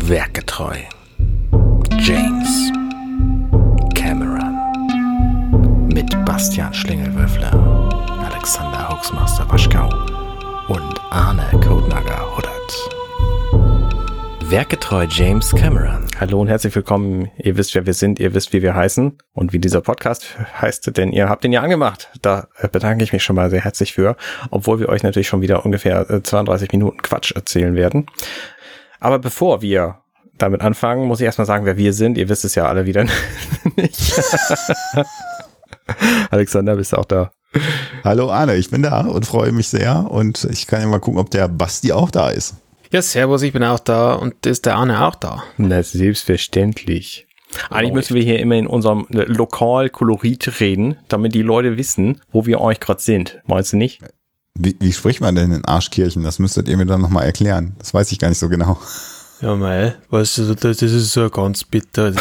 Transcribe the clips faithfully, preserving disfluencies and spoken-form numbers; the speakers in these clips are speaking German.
Werkgetreu. James Cameron. Mit Bastian Schlingelwürfler, Alexander Hoaxmaster Waschkau und Arne Codenager Huddert. Werkgetreu James Cameron. Hallo und herzlich willkommen. Ihr wisst, wer wir sind, ihr wisst, wie wir heißen und wie dieser Podcast heißt, denn ihr habt ihn ja angemacht. Da bedanke ich mich schon mal sehr herzlich für, obwohl wir euch natürlich schon wieder ungefähr zweiunddreißig Minuten Quatsch erzählen werden. Aber bevor wir damit anfangen, muss ich erstmal sagen, wer wir sind. Ihr wisst es ja alle wieder nicht. Alexander, bist du auch da? Hallo Arne, ich bin da und freue mich sehr und ich kann ja mal gucken, ob der Basti auch da ist. Ja, servus, ich bin auch da und ist der Arne auch da? Na, selbstverständlich. Eigentlich müssen wir hier immer in unserem Lokal-Kolorit reden, damit die Leute wissen, wo wir euch gerade sind. Meinst du nicht? Wie, wie spricht man denn in Arschkirchen? Das müsstet ihr mir dann nochmal erklären. Das weiß ich gar nicht so genau. Ja, mei, weißt du, das ist so ganz bitter.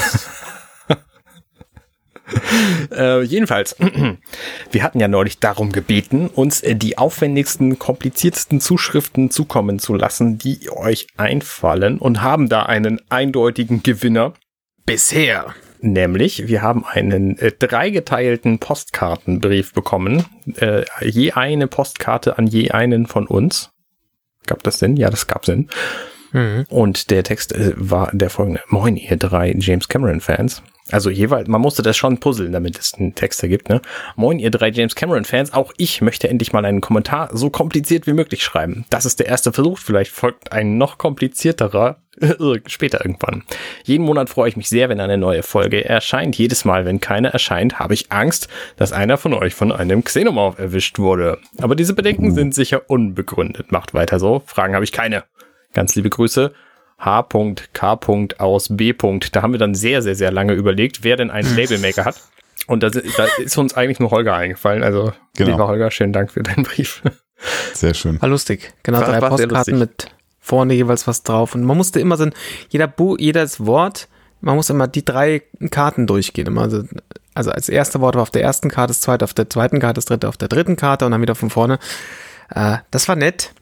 Äh, jedenfalls, wir hatten ja neulich darum gebeten, uns äh, die aufwendigsten, kompliziertesten Zuschriften zukommen zu lassen, die euch einfallen und haben da einen eindeutigen Gewinner. Bisher. Nämlich, wir haben einen äh, dreigeteilten Postkartenbrief bekommen, äh, je eine Postkarte an je einen von uns. Gab das Sinn? Ja, das gab Sinn. Mhm. Und der Text äh, war der folgende: Moin, ihr drei James Cameron Fans. Also jeweils, man musste das schon puzzeln, damit es einen Text ergibt, ne? Moin, ihr drei James Cameron Fans. Auch ich möchte endlich mal einen Kommentar so kompliziert wie möglich schreiben. Das ist der erste Versuch. Vielleicht folgt ein noch komplizierterer später irgendwann. Jeden Monat freue ich mich sehr, wenn eine neue Folge erscheint. Jedes Mal, wenn keine erscheint, habe ich Angst, dass einer von euch von einem Xenomorph erwischt wurde. Aber diese Bedenken sind sicher unbegründet. Macht weiter so. Fragen habe ich keine. Ganz liebe Grüße. H K aus B. Da haben wir dann sehr, sehr, sehr lange überlegt, wer denn einen Labelmaker hat. Und da, da ist uns eigentlich nur Holger eingefallen. Also, genau. Lieber Holger, schönen Dank für deinen Brief. Sehr schön. War lustig. Genau, war, drei war Postkarten mit vorne jeweils was drauf. Und man musste immer so, jeder Bu- jedes Wort, man muss immer die drei Karten durchgehen. Immer also, also als erste Wort war auf der ersten Karte, das zweite auf der zweiten Karte, das dritte auf der dritten Karte und dann wieder von vorne. Äh, das war nett.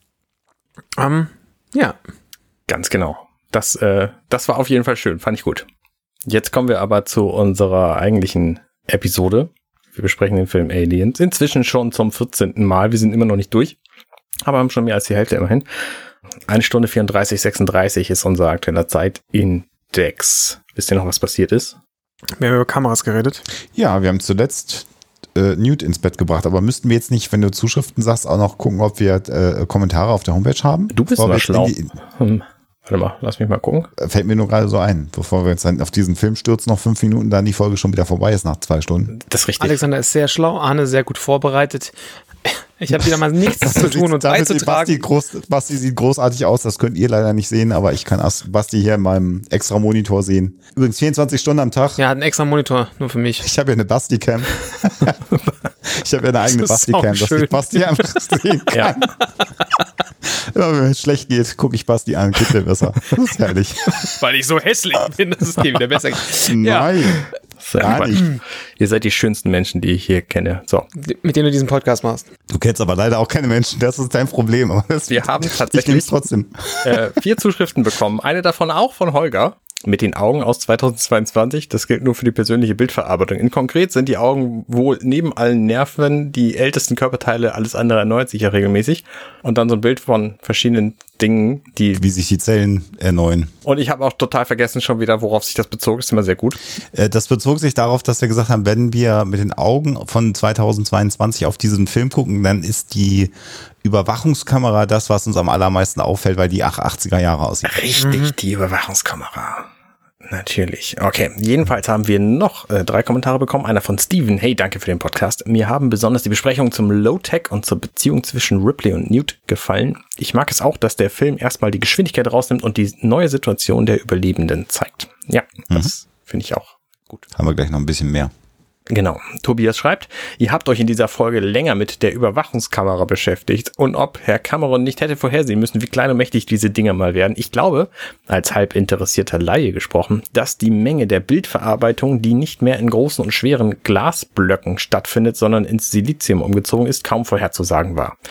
Ähm, ja. Ganz genau. Das, äh, das war auf jeden Fall schön. Fand ich gut. Jetzt kommen wir aber zu unserer eigentlichen Episode. Wir besprechen den Film Aliens. Inzwischen schon zum vierzehnten Mal. Wir sind immer noch nicht durch. Aber haben schon mehr als die Hälfte immerhin. Eine Stunde vierunddreißig, sechsunddreißig ist unser aktueller Zeitindex. Wisst ihr noch, was passiert ist? Wir haben über Kameras geredet. Ja, wir haben zuletzt äh, Newt ins Bett gebracht. Aber müssten wir jetzt nicht, wenn du Zuschriften sagst, auch noch gucken, ob wir äh, Kommentare auf der Homepage haben? Du bist mal schlau. Hm. Warte mal, lass mich mal gucken. Fällt mir nur gerade so ein, bevor wir jetzt dann auf diesen Film stürzen, noch fünf Minuten, dann die Folge schon wieder vorbei ist nach zwei Stunden. Das ist richtig. Alexander ist sehr schlau, Arne sehr gut vorbereitet. Ich habe wieder mal nichts zu tun und beizutragen. Basti, groß, Basti sieht großartig aus, das könnt ihr leider nicht sehen, aber ich kann Basti hier in meinem extra Monitor sehen. Übrigens vierundzwanzig Stunden am Tag. Ja, hat einen extra Monitor, nur für mich. Ich habe ja eine Basti-Cam. Ich habe ja eine eigene Basti-Cam, dass ich Basti einfach sehen kann. Ja. Immer wenn es schlecht geht, gucke ich Basti an, geht mir besser. Das ist herrlich. Weil ich so hässlich bin, dass es dir wieder besser geht. Nein. Ja. Ihr seid die schönsten Menschen, die ich hier kenne. So. Mit denen du diesen Podcast machst. Du kennst aber leider auch keine Menschen, das ist dein Problem. Aber das Wir haben tatsächlich trotzdem. Äh, vier Zuschriften bekommen. Eine davon auch von Holger. Mit den Augen aus zweitausendzweiundzwanzig. Das gilt nur für die persönliche Bildverarbeitung. In konkret sind die Augen wohl neben allen Nerven die ältesten Körperteile. Alles andere erneuert sich ja regelmäßig. Und dann so ein Bild von verschiedenen Dingen, die... Wie sich die Zellen erneuern. Und ich habe auch total vergessen schon wieder, worauf sich das bezog. Ist immer sehr gut. Das bezog sich darauf, dass wir gesagt haben, wenn wir mit den Augen von zweitausendzweiundzwanzig auf diesen Film gucken, dann ist die Überwachungskamera das, was uns am allermeisten auffällt, weil die achtziger Jahre aussieht. Richtig, mhm. Die Überwachungskamera. Natürlich. Okay, jedenfalls haben wir noch äh, drei Kommentare bekommen. Einer von Steven. Hey, danke für den Podcast. Mir haben besonders die Besprechungen zum Low-Tech und zur Beziehung zwischen Ripley und Newt gefallen. Ich mag es auch, dass der Film erstmal die Geschwindigkeit rausnimmt und die neue Situation der Überlebenden zeigt. Ja, das mhm. finde ich auch gut. Haben wir gleich noch ein bisschen mehr. Genau. Tobias schreibt, ihr habt euch in dieser Folge länger mit der Überwachungskamera beschäftigt und ob Herr Cameron nicht hätte vorhersehen müssen, wie klein und mächtig diese Dinger mal werden. Ich glaube, als halb interessierter Laie gesprochen, dass die Menge der Bildverarbeitung, die nicht mehr in großen und schweren Glasblöcken stattfindet, sondern ins Silizium umgezogen ist, kaum vorherzusagen war.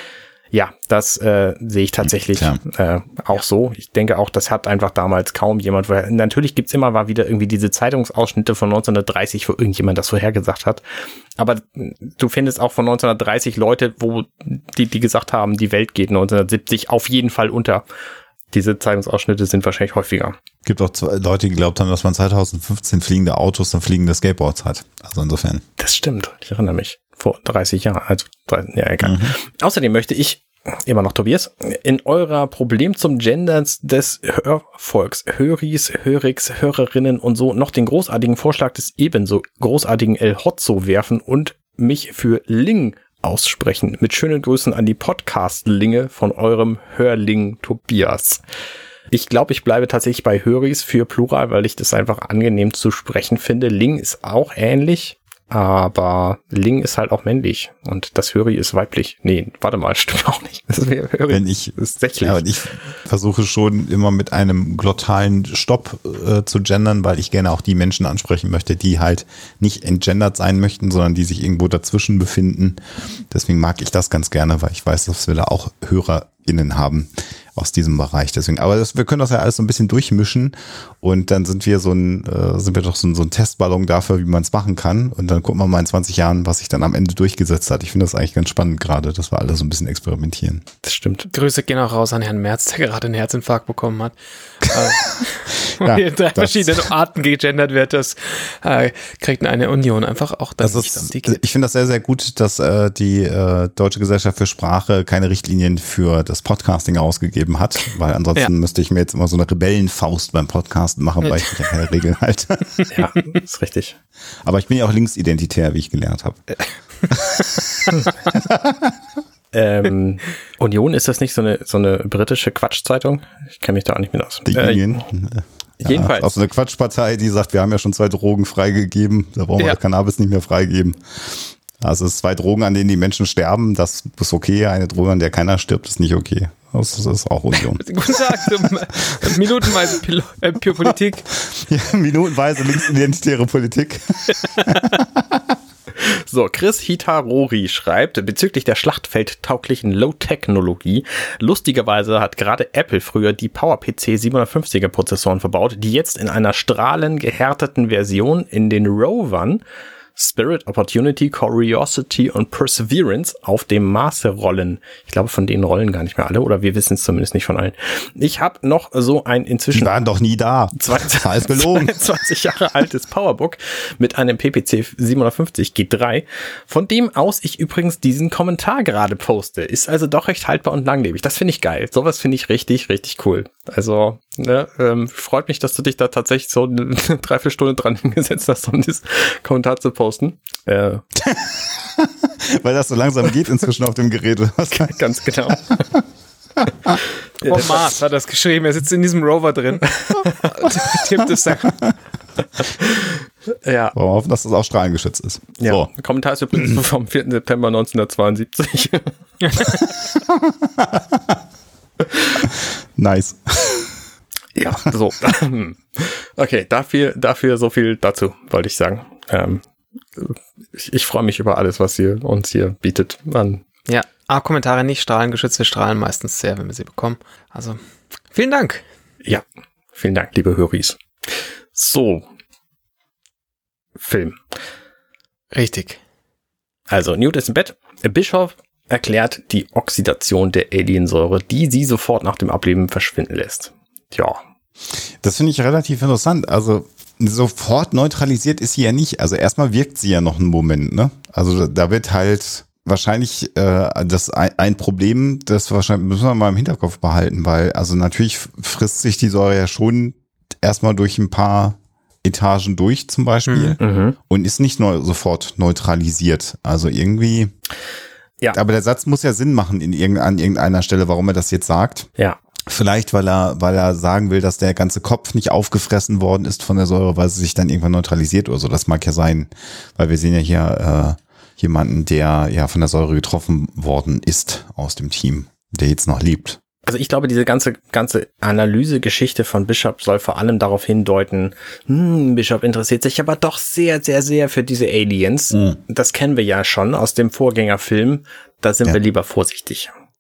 Ja, das äh, sehe ich tatsächlich ja. äh, auch ja. so. Ich denke auch, das hat einfach damals kaum jemand. Vorher. Natürlich gibt's immer mal wieder irgendwie diese Zeitungsausschnitte von neunzehnhundertdreißig, wo irgendjemand das vorhergesagt hat. Aber du findest auch von neunzehnhundertdreißig Leute, wo die, die gesagt haben, die Welt geht neunzehnhundertsiebzig auf jeden Fall unter. Diese Zeitungsausschnitte sind wahrscheinlich häufiger. Gibt auch zwei Leute, die geglaubt haben, dass man zweitausendfünfzehn fliegende Autos und fliegende Skateboards hat. Also insofern. Das stimmt. Ich erinnere mich. Vor dreißig Jahren. Also, ja, egal. Mhm. Außerdem möchte ich, immer noch Tobias, in eurer Problem zum Gendern des Hörvolks, Höris, Hörix, Hörerinnen und so noch den großartigen Vorschlag des ebenso großartigen El Hotzo werfen und mich für Ling aussprechen. Mit schönen Grüßen an die Podcast-Linge von eurem Hörling Tobias. Ich glaube, ich bleibe tatsächlich bei Höris für Plural, weil ich das einfach angenehm zu sprechen finde. Ling ist auch ähnlich. Aber Ling ist halt auch männlich und das Höri ist weiblich. Nee, warte mal, stimmt auch nicht. Das wäre Höri. Wenn ich, ist sächlich. Ja, ich versuche schon immer mit einem glottalen Stopp äh, zu gendern, weil ich gerne auch die Menschen ansprechen möchte, die halt nicht entgendert sein möchten, sondern die sich irgendwo dazwischen befinden. Deswegen mag ich das ganz gerne, weil ich weiß, dass wir da auch HörerInnen haben aus diesem Bereich. Deswegen, aber das, wir können das ja alles so ein bisschen durchmischen und dann sind wir so ein, äh, sind wir doch so ein, so ein Testballon dafür, wie man es machen kann. Und dann gucken wir mal in zwanzig Jahren, was sich dann am Ende durchgesetzt hat. Ich finde das eigentlich ganz spannend gerade, dass wir alle so ein bisschen experimentieren. Das stimmt. Grüße gehen auch raus an Herrn Merz, der gerade einen Herzinfarkt bekommen hat. Ja, in drei verschiedenen Arten gegendert wird, das äh, kriegt eine Union einfach auch dann das ist, ich finde das sehr, sehr gut, dass äh, die äh, Deutsche Gesellschaft für Sprache keine Richtlinien für das Podcasting ausgegeben hat, weil ansonsten ja. müsste ich mir jetzt immer so eine Rebellenfaust beim Podcasten machen, weil ich mich an keine Regeln halte. Ja, ist richtig. Aber ich bin ja auch linksidentitär, wie ich gelernt habe. ähm, Union, ist das nicht so eine so eine britische Quatschzeitung? Ich kenne mich da auch nicht mehr aus. Die äh, Union. Ja, jedenfalls. Auch so eine Quatschpartei, die sagt, wir haben ja schon zwei Drogen freigegeben, da brauchen wir ja. Cannabis nicht mehr freigeben. Also es ist zwei Drogen, an denen die Menschen sterben, das ist okay. Eine Droge, an der keiner stirbt, ist nicht okay. Das ist auch Union. Guten Tag, so, minutenweise Pil- äh, Politik. Ja, minutenweise linksidentitäre Politik. So, Chris Hitarori schreibt, bezüglich der schlachtfeldtauglichen Low-Technologie, lustigerweise hat gerade Apple früher die PowerPC siebenhundertfünfziger Prozessoren verbaut, die jetzt in einer strahlengehärteten Version in den Rovern Spirit, Opportunity, Curiosity und Perseverance auf dem Maße rollen. Ich glaube, von denen rollen gar nicht mehr alle, oder wir wissen es zumindest nicht von allen. Ich habe noch so ein inzwischen... Die waren doch nie da. zweiundzwanzig Jahre altes Powerbook mit einem P P C siebenhundertfünfzig G drei, von dem aus ich übrigens diesen Kommentar gerade poste. Ist also doch recht haltbar und langlebig. Das finde ich geil. Sowas finde ich richtig, richtig cool. Also, ne, ähm, freut mich, dass du dich da tatsächlich so eine Dreiviertelstunde dran hingesetzt hast, um dieses Kommentar zu posten. Äh. Weil das so langsam geht inzwischen auf dem Gerät. Ganz genau. Vom Mars hat das geschrieben. Er sitzt in diesem Rover drin. Tippt es da. Ja. Wollen wir hoffen, dass das auch strahlengeschützt ist. Ja. So. Der Kommentar ist übrigens vom vierten September neunzehnhundertzweiundsiebzig. Nice. Ja, so. Okay, dafür, dafür so viel dazu, wollte ich sagen. Ähm, ich, ich freue mich über alles, was ihr uns hier bietet an. Ja, aber Kommentare nicht strahlengeschützt. Wir strahlen meistens sehr, wenn wir sie bekommen. Also, vielen Dank. Ja, vielen Dank, liebe Höris. So. Film. Richtig. Also, Newt ist im Bett. Bischof erklärt die Oxidation der Aliensäure, die sie sofort nach dem Ableben verschwinden lässt. Ja. Das finde ich relativ interessant. Also, sofort neutralisiert ist sie ja nicht. Also erstmal wirkt sie ja noch einen Moment, ne? Also da wird halt wahrscheinlich äh, das ein, ein Problem, das wahrscheinlich müssen wir mal im Hinterkopf behalten, weil also natürlich frisst sich die Säure ja schon erstmal durch ein paar Etagen durch zum Beispiel mhm. und ist nicht neu, sofort neutralisiert. Also irgendwie, ja. Aber der Satz muss ja Sinn machen in irgendein, an irgendeiner Stelle, warum er das jetzt sagt. Ja. Vielleicht, weil er, weil er sagen will, dass der ganze Kopf nicht aufgefressen worden ist von der Säure, weil sie sich dann irgendwann neutralisiert oder so. Das mag ja sein, weil wir sehen ja hier äh, jemanden, der ja von der Säure getroffen worden ist aus dem Team, der jetzt noch lebt. Also ich glaube, diese ganze ganze Analysegeschichte von Bishop soll vor allem darauf hindeuten, hm, Bishop interessiert sich aber doch sehr, sehr, sehr für diese Aliens. Mhm. Das kennen wir ja schon aus dem Vorgängerfilm. Da sind ja. wir lieber vorsichtig.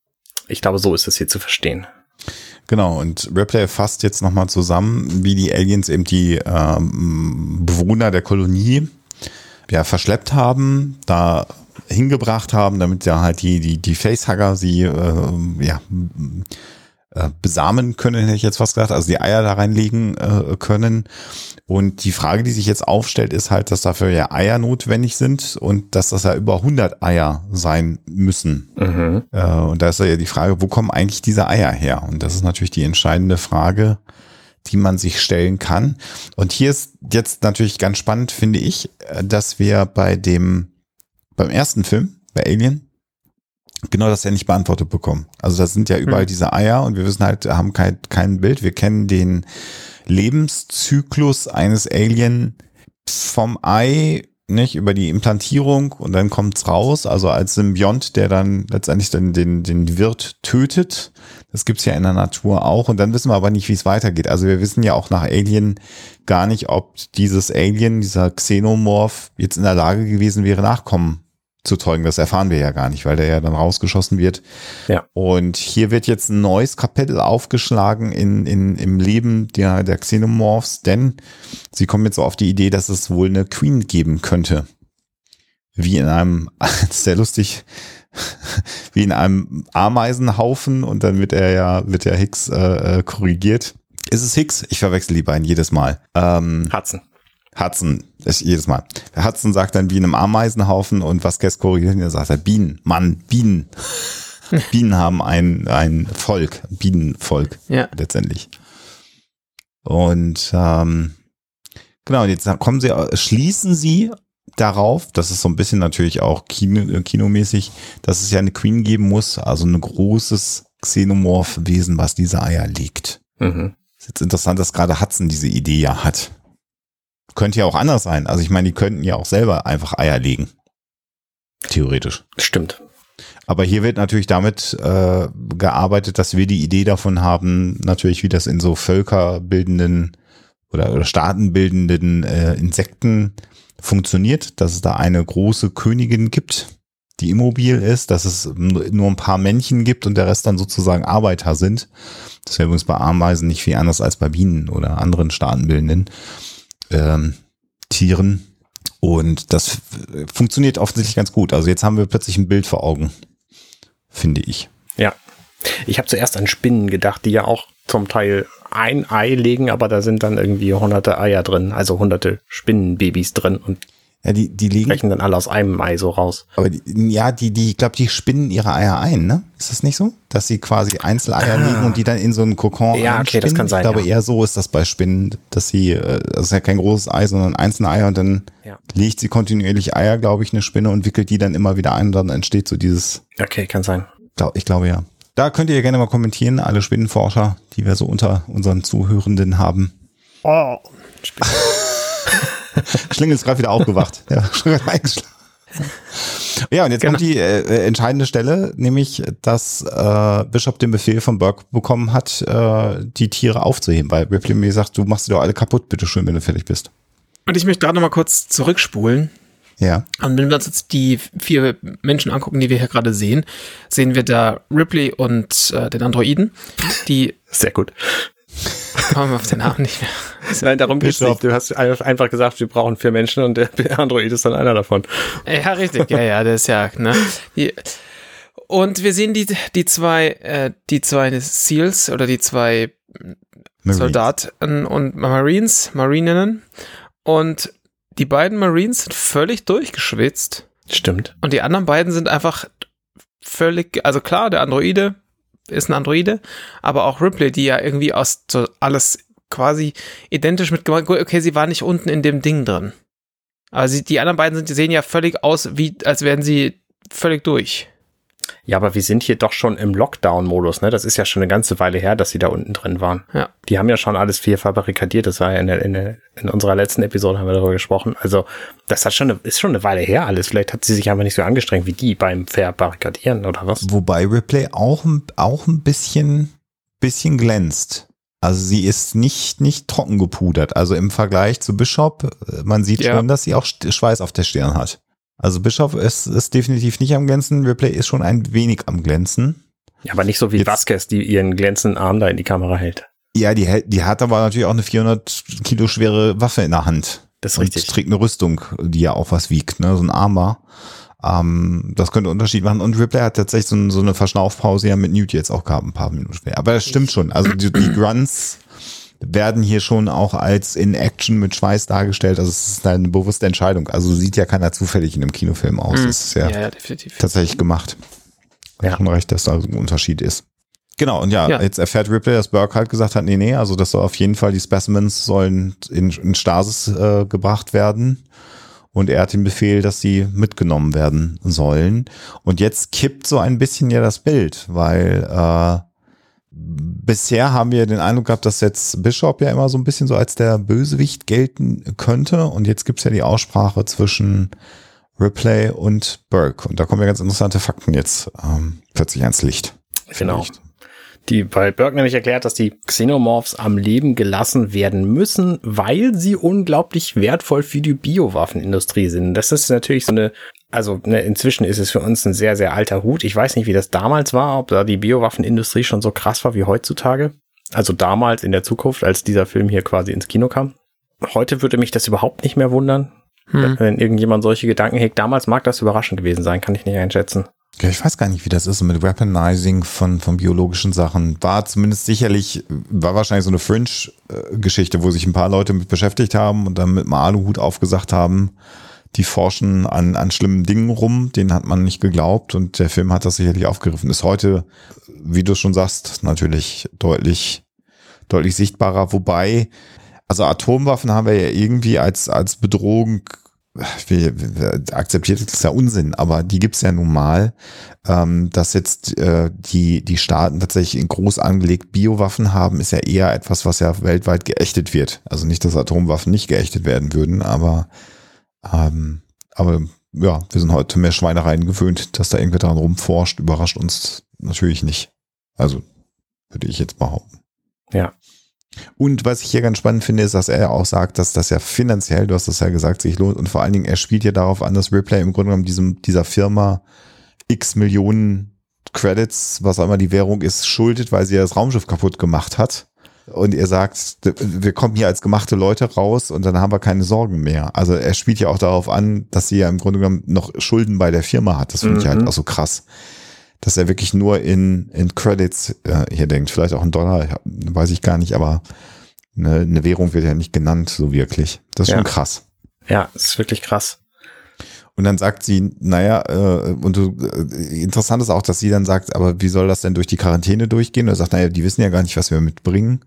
Ich glaube, so ist es hier zu verstehen. Genau, und Ripley fasst jetzt nochmal zusammen, wie die Aliens eben die ähm, Bewohner der Kolonie ja verschleppt haben, da hingebracht haben, damit ja halt die, die, die Facehugger sie äh, ja äh, besamen können, hätte ich jetzt fast gesagt, also die Eier da reinlegen äh, können. Und die Frage, die sich jetzt aufstellt, ist halt, dass dafür ja Eier notwendig sind und dass das ja über hundert Eier sein müssen. Mhm. Äh, und da ist ja die Frage, wo kommen eigentlich diese Eier her? Und das ist natürlich die entscheidende Frage, die man sich stellen kann. Und hier ist jetzt natürlich ganz spannend, finde ich, dass wir bei dem, beim ersten Film, bei Alien, genau das ja nicht beantwortet bekommen. Also da sind ja überall mhm. diese Eier und wir wissen halt, haben kein, kein Bild. Wir kennen den Lebenszyklus eines Alien vom Ei, nicht, über die Implantierung und dann kommt's raus, also als Symbiont, der dann letztendlich den, den, den Wirt tötet. Das gibt's ja in der Natur auch und dann wissen wir aber nicht, wie es weitergeht. Also wir wissen ja auch nach Alien gar nicht, ob dieses Alien, dieser Xenomorph jetzt in der Lage gewesen wäre, Nachkommen zu zeugen. Das erfahren wir ja gar nicht, weil der ja dann rausgeschossen wird. Ja. Und hier wird jetzt ein neues Kapitel aufgeschlagen in, in, im Leben der, der Xenomorphs, denn sie kommen jetzt so auf die Idee, dass es wohl eine Queen geben könnte. Wie in einem, das ist sehr lustig, wie in einem Ameisenhaufen und dann wird er ja, wird der Hicks äh, korrigiert. Ist es Hicks? Ich verwechsel die beiden jedes Mal. Ähm, Hudson. Hudson, das jedes Mal. Hudson sagt dann wie in einem Ameisenhaufen und Vasquez korrigiert ihn, sagt er, Bienen, Mann, Bienen. Bienen haben ein, ein Volk, Bienenvolk ja. letztendlich. Und ähm, genau, jetzt kommen sie, schließen sie darauf, das ist so ein bisschen natürlich auch Kino, kinomäßig, dass es ja eine Queen geben muss, also ein großes Xenomorph-Wesen, was diese Eier legt. Mhm. Ist jetzt interessant, dass gerade Hudson diese Idee ja hat. Könnte ja auch anders sein. Also ich meine, die könnten ja auch selber einfach Eier legen. Theoretisch. Stimmt. Aber hier wird natürlich damit äh, gearbeitet, dass wir die Idee davon haben, natürlich wie das in so völkerbildenden oder, oder staatenbildenden äh, Insekten funktioniert, dass es da eine große Königin gibt, die immobil ist, dass es nur ein paar Männchen gibt und der Rest dann sozusagen Arbeiter sind. Das wäre übrigens bei Ameisen nicht viel anders als bei Bienen oder anderen staatenbildenden Ähm, Tieren und das f- funktioniert offensichtlich ganz gut. Also jetzt haben wir plötzlich ein Bild vor Augen, finde ich. Ja, ich habe zuerst an Spinnen gedacht, die ja auch zum Teil ein Ei legen, aber da sind dann irgendwie hunderte Eier drin, also hunderte Spinnenbabys drin und ja, die, die legen, brechen dann alle aus einem Ei so raus. Aber die, ja, die, die, ich glaube, die spinnen ihre Eier ein, ne? Ist das nicht so? Dass sie quasi Einzeleier ah. legen und die dann in so einen Kokon Ja, okay, das kann sein. Ich glaube, ja. eher so ist das bei Spinnen, dass sie, das ist ja kein großes Ei, sondern einzelne Eier und dann ja. legt sie kontinuierlich Eier, glaube ich, eine Spinne und wickelt die dann immer wieder ein und dann entsteht so dieses. Okay, kann sein. Ich glaube, ja. Da könnt ihr gerne mal kommentieren, alle Spinnenforscher, die wir so unter unseren Zuhörenden haben. Oh, Schlingel ist gerade wieder aufgewacht. Ja, schon gerade eingeschlafen. Ja, und jetzt genau. kommt die äh, entscheidende Stelle, nämlich, dass äh, Bishop den Befehl von Burke bekommen hat, äh, die Tiere aufzuheben, weil Ripley mir sagt, du machst sie doch alle kaputt, bitteschön, wenn du fertig bist. Und ich möchte gerade noch mal kurz zurückspulen. Ja. Und wenn wir uns jetzt die vier Menschen angucken, die wir hier gerade sehen, sehen wir da Ripley und äh, den Androiden, die... Sehr gut. Kommen wir auf den Namen nicht mehr. Nein, darum geht's nicht. Du hast einfach gesagt, wir brauchen vier Menschen und der Android ist dann einer davon. Ja, richtig. Ja, ja, das ist ja, ne. Die, und wir sehen die, die zwei, äh, die zwei Seals oder die zwei Marines. Soldaten und Marines, Marininnen. Und die beiden Marines sind völlig durchgeschwitzt. Stimmt. Und die anderen beiden sind einfach völlig, also klar, der Androide ist ein Androide, aber auch Ripley, die ja irgendwie aus so alles quasi identisch mit, okay, sie war nicht unten in dem Ding drin. Aber sie, die anderen beiden sind, die sehen ja völlig aus, wie, als wären sie völlig durch. Ja, aber wir sind hier doch schon im Lockdown-Modus, ne? Das ist ja schon eine ganze Weile her, dass sie da unten drin waren. Ja. Die haben ja schon alles vier verbarrikadiert. Das war ja in, der, in, der, in unserer letzten Episode haben wir darüber gesprochen. Also, das hat schon eine, ist schon eine Weile her alles. Vielleicht hat sie sich einfach nicht so angestrengt wie die beim Verbarrikadieren oder was? Wobei Ripley auch, auch ein bisschen, bisschen glänzt. Also sie ist nicht, nicht trocken gepudert. Also im Vergleich zu Bishop, man sieht ja schon, dass sie auch Schweiß auf der Stirn hat. Also Bishop ist, ist definitiv nicht am Glänzen, Ripley ist schon ein wenig am Glänzen. Ja, aber nicht so wie Jetzt, Vasquez, die ihren glänzenden Arm da in die Kamera hält. Ja, die, die hat aber natürlich auch eine vierhundert Kilo schwere Waffe in der Hand. Das ist richtig. Und trägt eine Rüstung, die ja auch was wiegt, ne, so ein Armor. Ähm, das könnte einen Unterschied machen. Und Ripley hat tatsächlich so, so eine Verschnaufpause ja mit Newt jetzt auch gehabt, ein paar Minuten später. Aber das stimmt schon. Also die, die Grunts werden hier schon auch als in Action mit Schweiß dargestellt. Also es ist eine bewusste Entscheidung. Also sieht ja keiner zufällig in einem Kinofilm aus. Das ist ja, ja, ja definitiv. tatsächlich gemacht. Ja. Schon recht, dass da so ein Unterschied ist. Genau, und ja, ja, jetzt erfährt Ripley, dass Burke halt gesagt hat, nee, nee, also das soll auf jeden Fall, die Specimens sollen in, in Stasis äh, gebracht werden. Und er hat den Befehl, dass sie mitgenommen werden sollen. Und jetzt kippt so ein bisschen ja das Bild, weil äh, bisher haben wir den Eindruck gehabt, dass jetzt Bishop ja immer so ein bisschen so als der Bösewicht gelten könnte. Und jetzt gibt's ja die Aussprache zwischen Ripley und Burke. Und da kommen ja ganz interessante Fakten jetzt ähm, plötzlich ans Licht. Genau. Die, weil Burke nämlich erklärt, dass die Xenomorphs am Leben gelassen werden müssen, weil sie unglaublich wertvoll für die Biowaffenindustrie sind. Das ist natürlich so eine, also ne, inzwischen ist es für uns ein sehr, sehr alter Hut. Ich weiß nicht, wie das damals war, ob da die Biowaffenindustrie schon so krass war wie heutzutage. Also damals in der Zukunft, als dieser Film hier quasi ins Kino kam. Heute würde mich das überhaupt nicht mehr wundern, hm. wenn irgendjemand solche Gedanken hegt. Damals mag das überraschend gewesen sein, kann ich nicht einschätzen. Ja, ich weiß gar nicht, wie das ist mit Weaponizing von, von biologischen Sachen. War zumindest sicherlich, war wahrscheinlich so eine Fringe-Geschichte, wo sich ein paar Leute mit beschäftigt haben und dann mit einem Aluhut aufgesagt haben, die forschen an, an schlimmen Dingen rum, denen hat man nicht geglaubt und der Film hat das sicherlich aufgegriffen. Ist heute, wie du schon sagst, natürlich deutlich, deutlich sichtbarer, wobei, also Atomwaffen haben wir ja irgendwie als, als Bedrohung Wir, wir, akzeptiert, das ist ja Unsinn, aber die gibt's ja nun mal, ähm, dass jetzt äh, die die Staaten tatsächlich in groß angelegt Biowaffen haben, ist ja eher etwas, was ja weltweit geächtet wird. Also nicht, dass Atomwaffen nicht geächtet werden würden, aber ähm, aber ja, wir sind heute mehr Schweinereien gewöhnt, dass da irgendwer dran rumforscht, überrascht uns natürlich nicht. Also würde ich jetzt behaupten. Ja. Und was ich hier ganz spannend finde, ist, dass er ja auch sagt, dass das ja finanziell, du hast das ja gesagt, sich lohnt. Und vor allen Dingen, er spielt ja darauf an, dass Ripley im Grunde genommen diesem, dieser Firma x Millionen Credits, was auch immer die Währung ist, schuldet, weil sie ja das Raumschiff kaputt gemacht hat. Und er sagt, wir kommen hier als gemachte Leute raus und dann haben wir keine Sorgen mehr. Also er spielt ja auch darauf an, dass sie ja im Grunde genommen noch Schulden bei der Firma hat. Das finde mhm. ich halt auch so krass. Dass er wirklich nur in, in Credits äh, hier denkt, vielleicht auch in Dollar, weiß ich gar nicht, aber eine, eine Währung wird ja nicht genannt, so wirklich. Das ist ja schon krass. Ja, das ist wirklich krass. Und dann sagt sie, naja, äh, und du, äh, interessant ist auch, dass sie dann sagt, aber wie soll das denn durch die Quarantäne durchgehen? Und er sagt, naja, die wissen ja gar nicht, was wir mitbringen.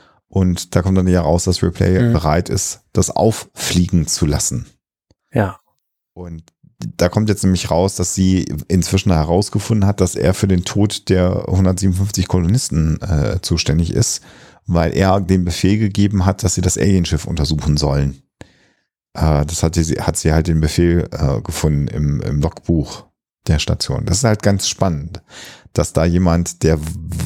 Und da kommt dann ja raus, dass Ripley mhm. bereit ist, das auffliegen zu lassen. Ja. Und da kommt jetzt nämlich raus, dass sie inzwischen herausgefunden hat, dass er für den Tod der hundertsiebenundfünfzig Kolonisten äh, zuständig ist, weil er den Befehl gegeben hat, dass sie das Alienschiff untersuchen sollen. Äh, das hat sie, hat sie halt den Befehl äh, gefunden im, im Logbuch der Station. Das ist halt ganz spannend, dass da jemand, der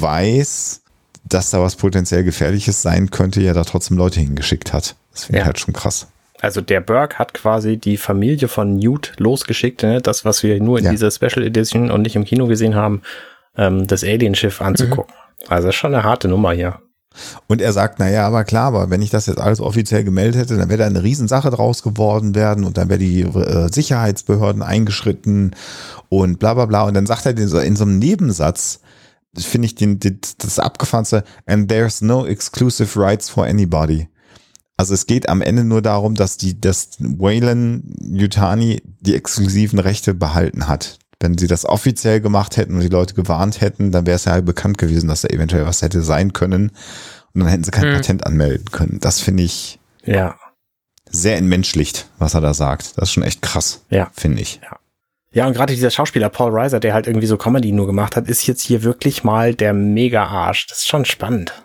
weiß, dass da was potenziell Gefährliches sein könnte, ja da trotzdem Leute hingeschickt hat. Das finde ich ja. halt schon krass. Also der Burke hat quasi die Familie von Newt losgeschickt, ne? Das, was wir nur in ja. dieser Special Edition und nicht im Kino gesehen haben, ähm, das Alienschiff anzugucken. Mhm. Also das ist schon eine harte Nummer hier. Und er sagt, naja, aber klar, aber wenn ich das jetzt alles offiziell gemeldet hätte, dann wäre da eine Riesensache draus geworden werden und dann wäre die äh, Sicherheitsbehörden eingeschritten und bla bla bla. Und dann sagt er in so, in so einem Nebensatz, finde ich den, den, das abgefahrenste, and there's no exclusive rights for anybody. Also es geht am Ende nur darum, dass die, dass Weyland-Yutani die exklusiven Rechte behalten hat. Wenn sie das offiziell gemacht hätten und die Leute gewarnt hätten, dann wäre es ja bekannt gewesen, dass da eventuell was hätte sein können. Und dann hätten sie kein hm. Patent anmelden können. Das finde ich ja. sehr entmenschlicht, was er da sagt. Das ist schon echt krass, ja. finde ich. Ja. Ja, und gerade dieser Schauspieler Paul Reiser, der halt irgendwie so Comedy nur gemacht hat, ist jetzt hier wirklich mal der Mega-Arsch. Das ist schon spannend.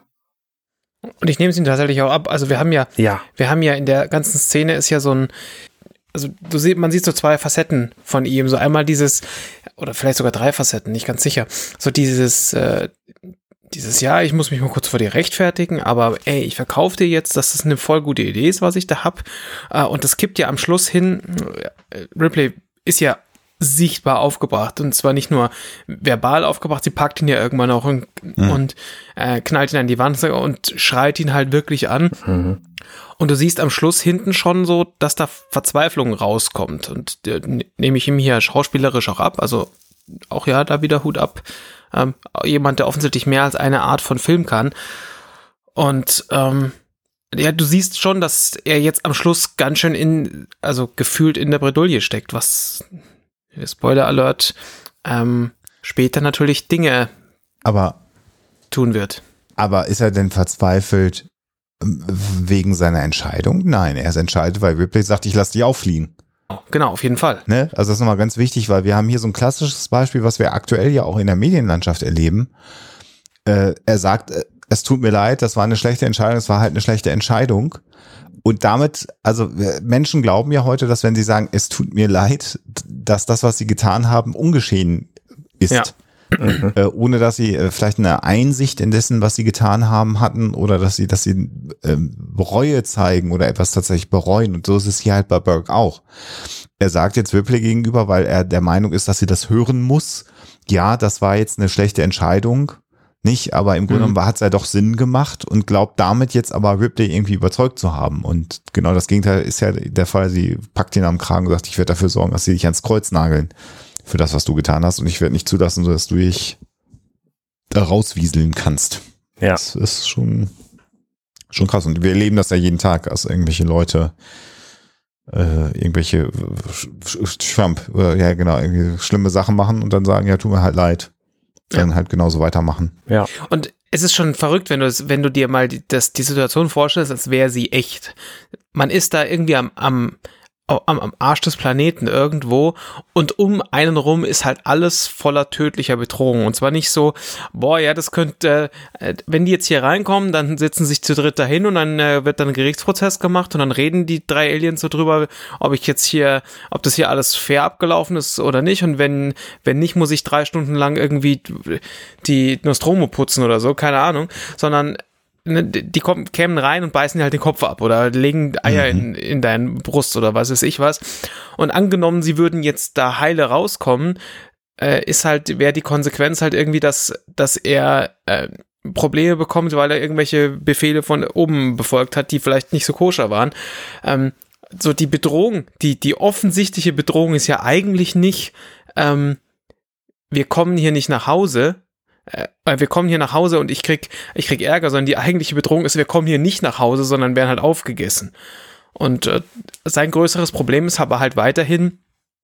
Und ich nehme es ihm tatsächlich auch ab. Also wir haben ja, ja, wir haben ja in der ganzen Szene ist ja so ein, also du siehst, man sieht so zwei Facetten von ihm. So einmal dieses, oder vielleicht sogar drei Facetten, nicht ganz sicher. So dieses, äh, dieses, ja, ich muss mich mal kurz vor dir rechtfertigen, aber ey, ich verkaufe dir jetzt, dass das eine voll gute Idee ist, was ich da hab. Äh, und das kippt ja am Schluss hin, äh, Ripley ist ja sichtbar aufgebracht. Und zwar nicht nur verbal aufgebracht, sie packt ihn ja irgendwann auch und, mhm. und äh, knallt ihn an die Wand und schreit ihn halt wirklich an. Mhm. Und du siehst am Schluss hinten schon so, dass da Verzweiflung rauskommt. Und äh, nehme ich ihm hier schauspielerisch auch ab. Also auch ja, da wieder Hut ab. Ähm, jemand, der offensichtlich mehr als eine Art von Film kann. Und ähm, ja, du siehst schon, dass er jetzt am Schluss ganz schön in, also gefühlt in der Bredouille steckt, was Spoiler Alert, ähm, später natürlich Dinge aber, tun wird. Aber ist er denn verzweifelt wegen seiner Entscheidung? Nein, er ist entscheidet, weil Ripley sagt, ich lasse dich auffliegen. Genau, auf jeden Fall. Ne? Also das ist nochmal ganz wichtig, weil wir haben hier so ein klassisches Beispiel, was wir aktuell ja auch in der Medienlandschaft erleben. Äh, er sagt, es tut mir leid, das war eine schlechte Entscheidung, es war halt eine schlechte Entscheidung. Und damit, also Menschen glauben ja heute, dass wenn sie sagen, es tut mir leid, dass das, was sie getan haben, ungeschehen ist. Ja. Mhm. Äh, ohne dass sie äh, vielleicht eine Einsicht in dessen, was sie getan haben, hatten oder dass sie, dass sie ähm, Reue zeigen oder etwas tatsächlich bereuen. Und so ist es hier halt bei Burke auch. Er sagt jetzt Ripley gegenüber, weil er der Meinung ist, dass sie das hören muss. Ja, das war jetzt eine schlechte Entscheidung. Nicht, aber im Grunde genommen mhm. hat es ja doch Sinn gemacht und glaubt damit jetzt aber Ripley irgendwie überzeugt zu haben. Und genau das Gegenteil ist ja der Fall. Sie packt ihn am Kragen und sagt, ich werde dafür sorgen, dass sie dich ans Kreuz nageln für das, was du getan hast. Und ich werde nicht zulassen, dass du dich da rauswieseln kannst. Ja. Das ist schon, schon krass. Und wir erleben das ja jeden Tag, als irgendwelche Leute äh, irgendwelche Schwamp, äh, ja genau, irgendwie schlimme Sachen machen und dann sagen, ja, tut mir halt leid. Dann ja. halt genauso weitermachen. Ja. Und es ist schon verrückt, wenn du es, wenn du dir mal die, das, die Situation vorstellst, als wäre sie echt. Man ist da irgendwie am, am, am, am Arsch des Planeten irgendwo und um einen rum ist halt alles voller tödlicher Bedrohung. Und zwar nicht so, boah, ja, das könnte, äh, wenn die jetzt hier reinkommen, dann sitzen sich zu dritt dahin und dann äh, wird dann ein Gerichtsprozess gemacht und dann reden die drei Aliens so drüber, ob ich jetzt hier, ob das hier alles fair abgelaufen ist oder nicht. Und wenn, wenn nicht, muss ich drei Stunden lang irgendwie die Nostromo putzen oder so, keine Ahnung, sondern die kommen, kämen rein und beißen dir halt den Kopf ab oder legen Eier mhm. in, in deine Brust oder was weiß ich was. Und angenommen, sie würden jetzt da heile rauskommen, äh, ist halt, wäre die Konsequenz halt irgendwie, dass, dass er äh, Probleme bekommt, weil er irgendwelche Befehle von oben befolgt hat, die vielleicht nicht so koscher waren. Ähm, so die Bedrohung, die, die offensichtliche Bedrohung ist ja eigentlich nicht, ähm, wir kommen hier nicht nach Hause, wir kommen hier nach Hause und ich krieg, ich krieg Ärger, sondern die eigentliche Bedrohung ist, wir kommen hier nicht nach Hause, sondern werden halt aufgegessen. Und äh, sein größeres Problem ist aber halt weiterhin,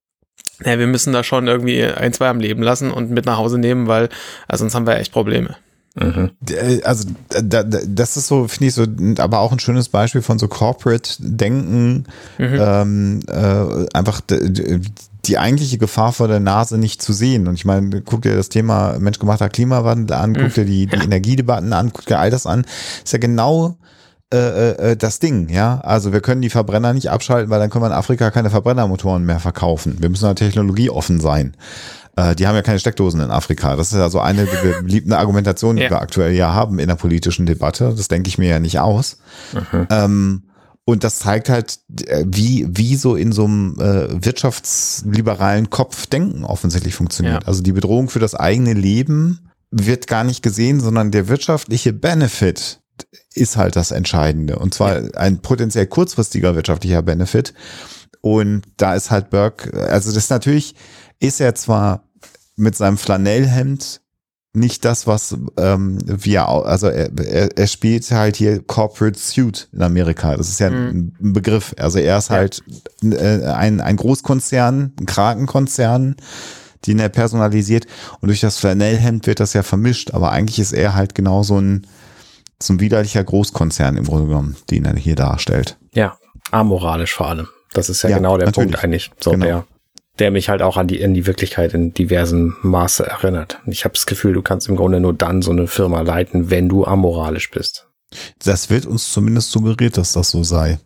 ja, wir müssen da schon irgendwie ein, zwei am Leben lassen und mit nach Hause nehmen, weil also sonst haben wir echt Probleme. Mhm. Also da, da, das ist so, finde ich so, aber auch ein schönes Beispiel von so Corporate-Denken, mhm. ähm, äh, einfach d- die eigentliche Gefahr vor der Nase nicht zu sehen. Und ich meine, guck dir das Thema menschgemachter Klimawandel an, guck dir die, die Energiedebatten an, guck dir all das an. Ist ja genau äh, äh, das Ding, ja. Also wir können die Verbrenner nicht abschalten, weil dann können wir in Afrika keine Verbrennermotoren mehr verkaufen. Wir müssen da technologieoffen sein. Äh, die haben ja keine Steckdosen in Afrika. Das ist ja so eine beliebte Argumentation, die ja. wir aktuell ja haben in der politischen Debatte. Das denke ich mir ja nicht aus. Mhm. Ähm, Und das zeigt halt, wie, wie so in so einem äh, wirtschaftsliberalen Kopf Denken offensichtlich funktioniert. Ja. Also die Bedrohung für das eigene Leben wird gar nicht gesehen, sondern der wirtschaftliche Benefit ist halt das Entscheidende. Und zwar ja. ein potenziell kurzfristiger wirtschaftlicher Benefit. Und da ist halt Burke, also das natürlich ist er zwar mit seinem Flanellhemd nicht das, was ähm, wir, also er, er, er spielt halt hier Corporate Suit in Amerika. Das ist ja mhm. ein Begriff. Also er ist ja. halt äh, ein, ein Großkonzern, ein Krakenkonzern, den er personalisiert. Und durch das Flanellhemd wird das ja vermischt. Aber eigentlich ist er halt genau so ein, so ein widerlicher Großkonzern im Grunde genommen, den er hier darstellt. Ja, amoralisch vor allem. Das ist ja, ja genau der natürlich. Punkt eigentlich. So genau. der der mich halt auch an die in die Wirklichkeit in diversen Maße erinnert. Ich habe das Gefühl, du kannst im Grunde nur dann so eine Firma leiten, wenn du amoralisch bist. Das wird uns zumindest suggeriert, dass das so sei.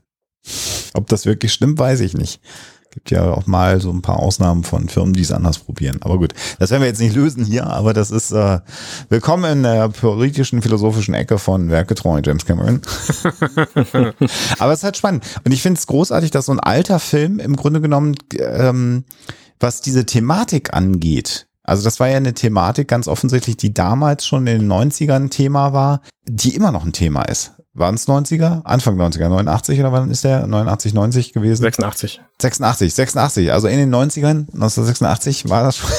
Ob das wirklich stimmt, weiß ich nicht. Gibt ja auch mal so ein paar Ausnahmen von Firmen, die es anders probieren. Aber gut, das werden wir jetzt nicht lösen hier, aber das ist äh, willkommen in der politischen, philosophischen Ecke von Werkgetreu James Cameron. Aber es ist halt spannend. Und ich finde es großartig, dass so ein alter Film im Grunde genommen ähm, was diese Thematik angeht, also das war ja eine Thematik ganz offensichtlich, die damals schon in den neunzigern ein Thema war, die immer noch ein Thema ist. Waren es neunziger? Anfang neunziger, neunundachtzig oder wann ist der? neunundachtzig, neunzig gewesen? sechsundachtzig. sechsundachtzig, sechsundachtzig. Also in den neunzigern, neunzehnhundertsechsundachtzig war das schon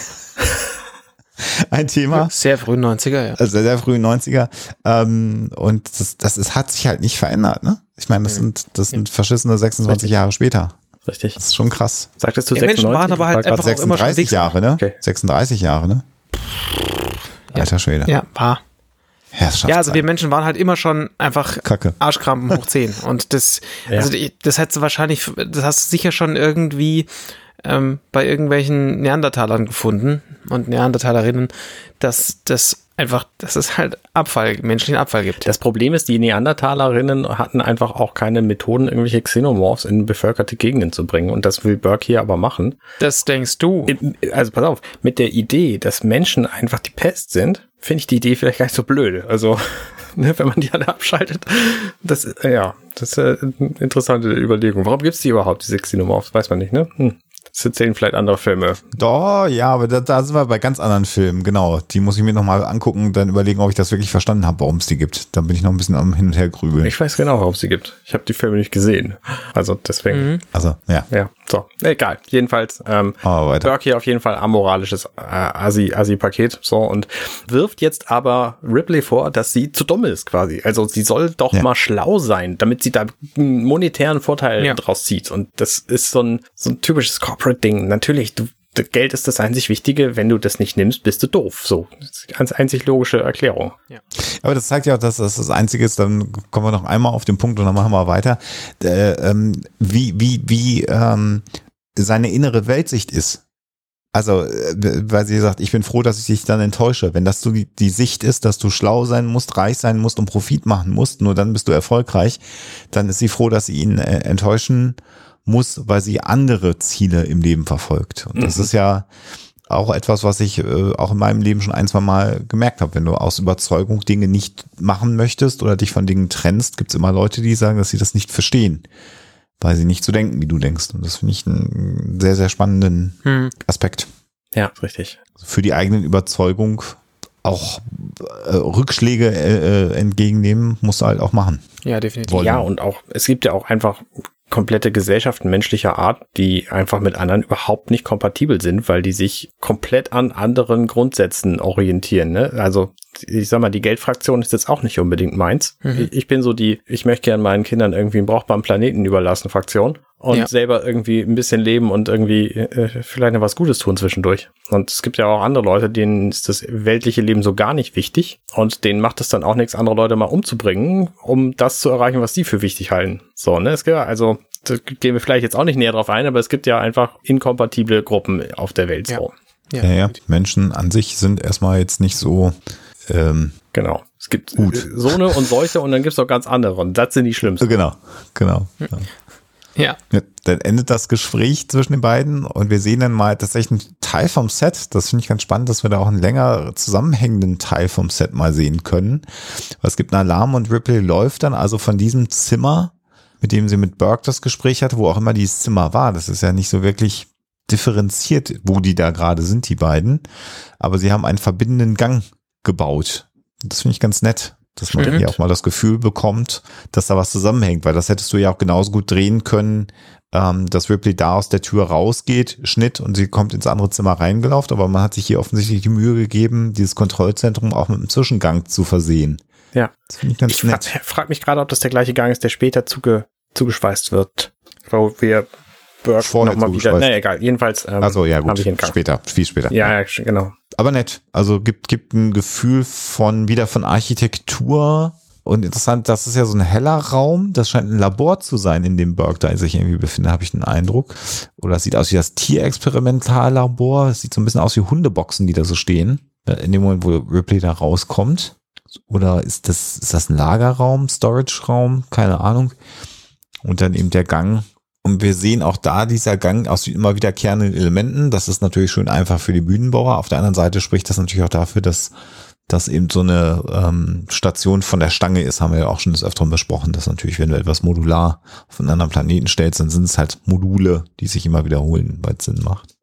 ein Thema. Sehr früh neunziger, ja. Also sehr früh neunziger. Ähm, und das, das ist, hat sich halt nicht verändert, ne? Ich meine, das sind, das sind verschissene sechsundzwanzig Jahre später. Richtig. Das ist schon krass. Sagtest du ja, sechsundneunzig? Menschen waren aber halt einfach auch immer schon sechsunddreißig Jahre, ne? Okay. sechsunddreißig Jahre, ne? Alter Schwede. Ja, war. Herrschaftszeit. Ja, also wir Menschen waren halt immer schon einfach Kacke. Arschkrampen hoch zehn. Und das, Ja. also das hättest du wahrscheinlich, das hast du sicher schon irgendwie ähm, bei irgendwelchen Neandertalern gefunden und Neandertalerinnen, dass das einfach, dass es halt Abfall, menschlichen Abfall gibt. Das Problem ist, die Neandertalerinnen hatten einfach auch keine Methoden, irgendwelche Xenomorphs in bevölkerte Gegenden zu bringen. Und das will Burke hier aber machen. Das denkst du. Also pass auf, mit der Idee, dass Menschen einfach die Pest sind, finde ich die Idee vielleicht gar nicht so blöde. Also, ne, wenn man die alle abschaltet, das, ja, das ist eine interessante Überlegung. Warum gibt es die überhaupt, diese Xenomorphs? Weiß man nicht, ne? Hm. Das erzählen vielleicht andere Filme. Doch, ja, aber da, da sind wir bei ganz anderen Filmen, genau. Die muss ich mir nochmal angucken und dann überlegen, ob ich das wirklich verstanden habe, warum es die gibt. Dann bin ich noch ein bisschen am Hin und Her grübeln. Ich weiß genau, warum es sie gibt. Ich habe die Filme nicht gesehen. Also deswegen. Mhm. Also, ja. Ja, so. Egal. Jedenfalls, ähm, Aber weiter. Burke hier auf jeden Fall amoralisches äh, Assi, Assi-Paket. So, und wirft jetzt aber Ripley vor, dass sie zu dumm ist quasi. Also sie soll doch Ja. mal schlau sein, damit sie da einen monetären Vorteil Ja. draus zieht. Und das ist so ein, so ein typisches Corporate-Ding. Natürlich, du, das Geld ist das einzig Wichtige. Wenn du das nicht nimmst, bist du doof. So, das ist die ganz einzig logische Erklärung. Aber das zeigt ja auch, dass das das Einzige ist, dann kommen wir noch einmal auf den Punkt und dann machen wir weiter, äh, ähm, wie, wie, wie ähm, seine innere Weltsicht ist. Also, äh, weil sie sagt, ich bin froh, dass ich dich dann enttäusche. Wenn das so die, die Sicht ist, dass du schlau sein musst, reich sein musst und Profit machen musst, nur dann bist du erfolgreich, dann ist sie froh, dass sie ihn äh, enttäuschen muss, weil sie andere Ziele im Leben verfolgt. Und das Mhm. ist ja auch etwas, was ich äh, auch in meinem Leben schon ein, zwei Mal gemerkt habe. Wenn du aus Überzeugung Dinge nicht machen möchtest oder dich von Dingen trennst, gibt es immer Leute, die sagen, dass sie das nicht verstehen, weil sie nicht so denken, wie du denkst. Und das finde ich einen sehr, sehr spannenden Hm. Aspekt. Ja, richtig. Für die eigenen Überzeugung auch äh, Rückschläge äh, äh, entgegennehmen, musst du halt auch machen. Ja, definitiv. Wollen. Ja, und auch, es gibt ja auch einfach komplette Gesellschaften menschlicher Art, die einfach mit anderen überhaupt nicht kompatibel sind, weil die sich komplett an anderen Grundsätzen orientieren. Ne? Also ich sag mal, die Geldfraktion ist jetzt auch nicht unbedingt meins. Mhm. Ich, ich bin so die, ich möchte gerne meinen Kindern irgendwie einen brauchbaren Planeten überlassen Fraktion und Ja. selber irgendwie ein bisschen leben und irgendwie äh, vielleicht noch was Gutes tun zwischendurch. Und es gibt ja auch andere Leute, denen ist das weltliche Leben so gar nicht wichtig und denen macht es dann auch nichts, andere Leute mal umzubringen, um das zu erreichen, was sie für wichtig halten. So, ne, es gibt ja, also da gehen wir vielleicht jetzt auch nicht näher drauf ein, aber es gibt ja einfach inkompatible Gruppen auf der Welt. Ja. So. Ja, ja. Menschen an sich sind erstmal jetzt nicht so ähm, Genau. Es gibt Gut. äh, so eine und solche und dann gibt es auch ganz andere und das sind die schlimmsten. genau, genau. Ja. Ja. Ja, dann endet das Gespräch zwischen den beiden und wir sehen dann mal tatsächlich einen Teil vom Set. Das finde ich ganz spannend, dass wir da auch einen länger zusammenhängenden Teil vom Set mal sehen können. Weil es gibt einen Alarm und Ripley läuft dann also von diesem Zimmer, mit dem sie mit Burke das Gespräch hatte, wo auch immer dieses Zimmer war. Das ist ja nicht so wirklich differenziert, wo die da gerade sind, die beiden. Aber sie haben einen verbindenden Gang gebaut. Das finde ich ganz nett, dass man Stimmt. hier auch mal das Gefühl bekommt, dass da was zusammenhängt, weil das hättest du ja auch genauso gut drehen können, ähm, dass Ripley da aus der Tür rausgeht, Schnitt und sie kommt ins andere Zimmer reingelaufen, aber man hat sich hier offensichtlich die Mühe gegeben, dieses Kontrollzentrum auch mit einem Zwischengang zu versehen. Ja. Das finde ich ganz Ich fra nett. frage mich gerade, ob das der gleiche Gang ist, der später zuge zugeschweißt wird. Wo wir Burke Vorher nochmal wieder. zugeschweißt. Naja, egal. Jedenfalls ähm, Also ja habe gut, ich den Gang. später, viel später. Ja, ja, genau. Aber nett. Also gibt, gibt ein Gefühl von, wieder von Architektur. Und interessant, das ist ja so ein heller Raum. Das scheint ein Labor zu sein, in dem Burke da sich irgendwie befindet, habe ich den Eindruck. Oder es sieht aus wie das Tierexperimentallabor. Es sieht so ein bisschen aus wie Hundeboxen, die da so stehen. In dem Moment, wo Ripley da rauskommt. Oder ist das, ist das ein Lagerraum, Storage-Raum? Keine Ahnung. Und dann eben der Gang. Und wir sehen auch da dieser Gang aus immer wiederkehrenden Elementen. Das ist natürlich schön einfach für die Bühnenbauer. Auf der anderen Seite spricht das natürlich auch dafür, dass das eben so eine ähm, Station von der Stange ist, haben wir ja auch schon des Öfteren besprochen, dass natürlich, wenn du etwas modular auf einen anderen Planeten stellst, dann sind es halt Module, die sich immer wiederholen, weil es Sinn macht.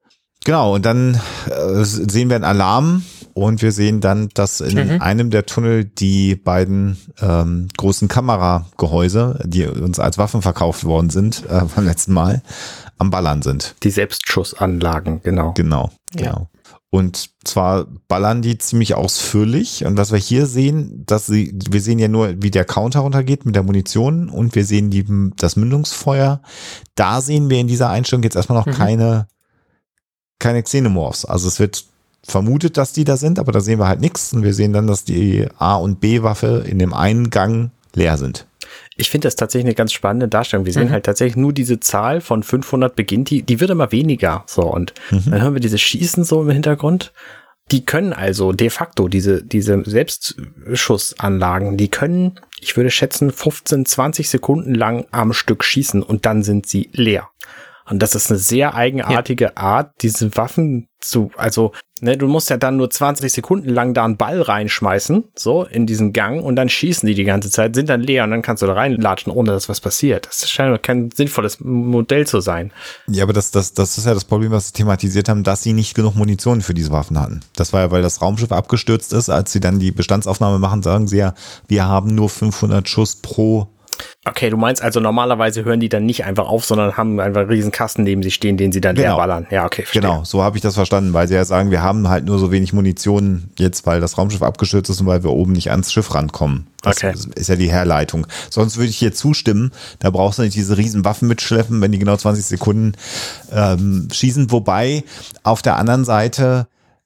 Genau, und dann äh, sehen wir einen Alarm und wir sehen dann, dass in mhm. einem der Tunnel die beiden ähm, großen Kameragehäuse, die uns als Waffen verkauft worden sind äh, beim letzten Mal, am Ballern sind. Die Selbstschussanlagen, genau. Genau, Ja. genau. Und zwar ballern die ziemlich ausführlich. Und was wir hier sehen, dass sie, wir sehen ja nur, wie der Counter runtergeht mit der Munition und wir sehen die, das Mündungsfeuer. Da sehen wir in dieser Einstellung jetzt erstmal noch mhm. keine, keine Xenomorphs. Also es wird vermutet, dass die da sind, aber da sehen wir halt nichts. Und wir sehen dann, dass die A- und B-Waffe in dem einen Gang leer sind. Ich finde das tatsächlich eine ganz spannende Darstellung. Wir sehen Mhm. halt tatsächlich nur diese Zahl von fünfhundert beginnt, die, die wird immer weniger. So, und mhm. dann hören wir diese Schießen so im Hintergrund. Die können also de facto, diese, diese Selbstschussanlagen, die können, ich würde schätzen, fünfzehn, zwanzig Sekunden lang am Stück schießen und dann sind sie leer. Und das ist eine sehr eigenartige ja. Art, diese Waffen zu, also, ne, du musst ja dann nur zwanzig Sekunden lang da einen Ball reinschmeißen, so, in diesen Gang und dann schießen die die ganze Zeit, sind dann leer und dann kannst du da reinlatschen, ohne dass was passiert. Das scheint kein sinnvolles Modell zu sein. Ja, aber das, das, das ist ja das Problem, was sie thematisiert haben, dass sie nicht genug Munition für diese Waffen hatten. Das war ja, weil das Raumschiff abgestürzt ist, als sie dann die Bestandsaufnahme machen, sagen sie ja, wir haben nur fünfhundert Schuss pro. Okay, du meinst also normalerweise hören die dann nicht einfach auf, sondern haben einfach einen riesen Kasten neben sich stehen, den sie dann leer Genau. ballern. Ja, okay, verstehe. Genau, so habe ich das verstanden, weil sie ja sagen, wir haben halt nur so wenig Munition jetzt, weil das Raumschiff abgestürzt ist und weil wir oben nicht ans Schiff rankommen. Das Okay. ist ja die Herleitung. Sonst würde ich hier zustimmen, da brauchst du nicht diese riesen Waffen mitschleppen, wenn die genau zwanzig Sekunden ähm, schießen. Wobei auf der anderen Seite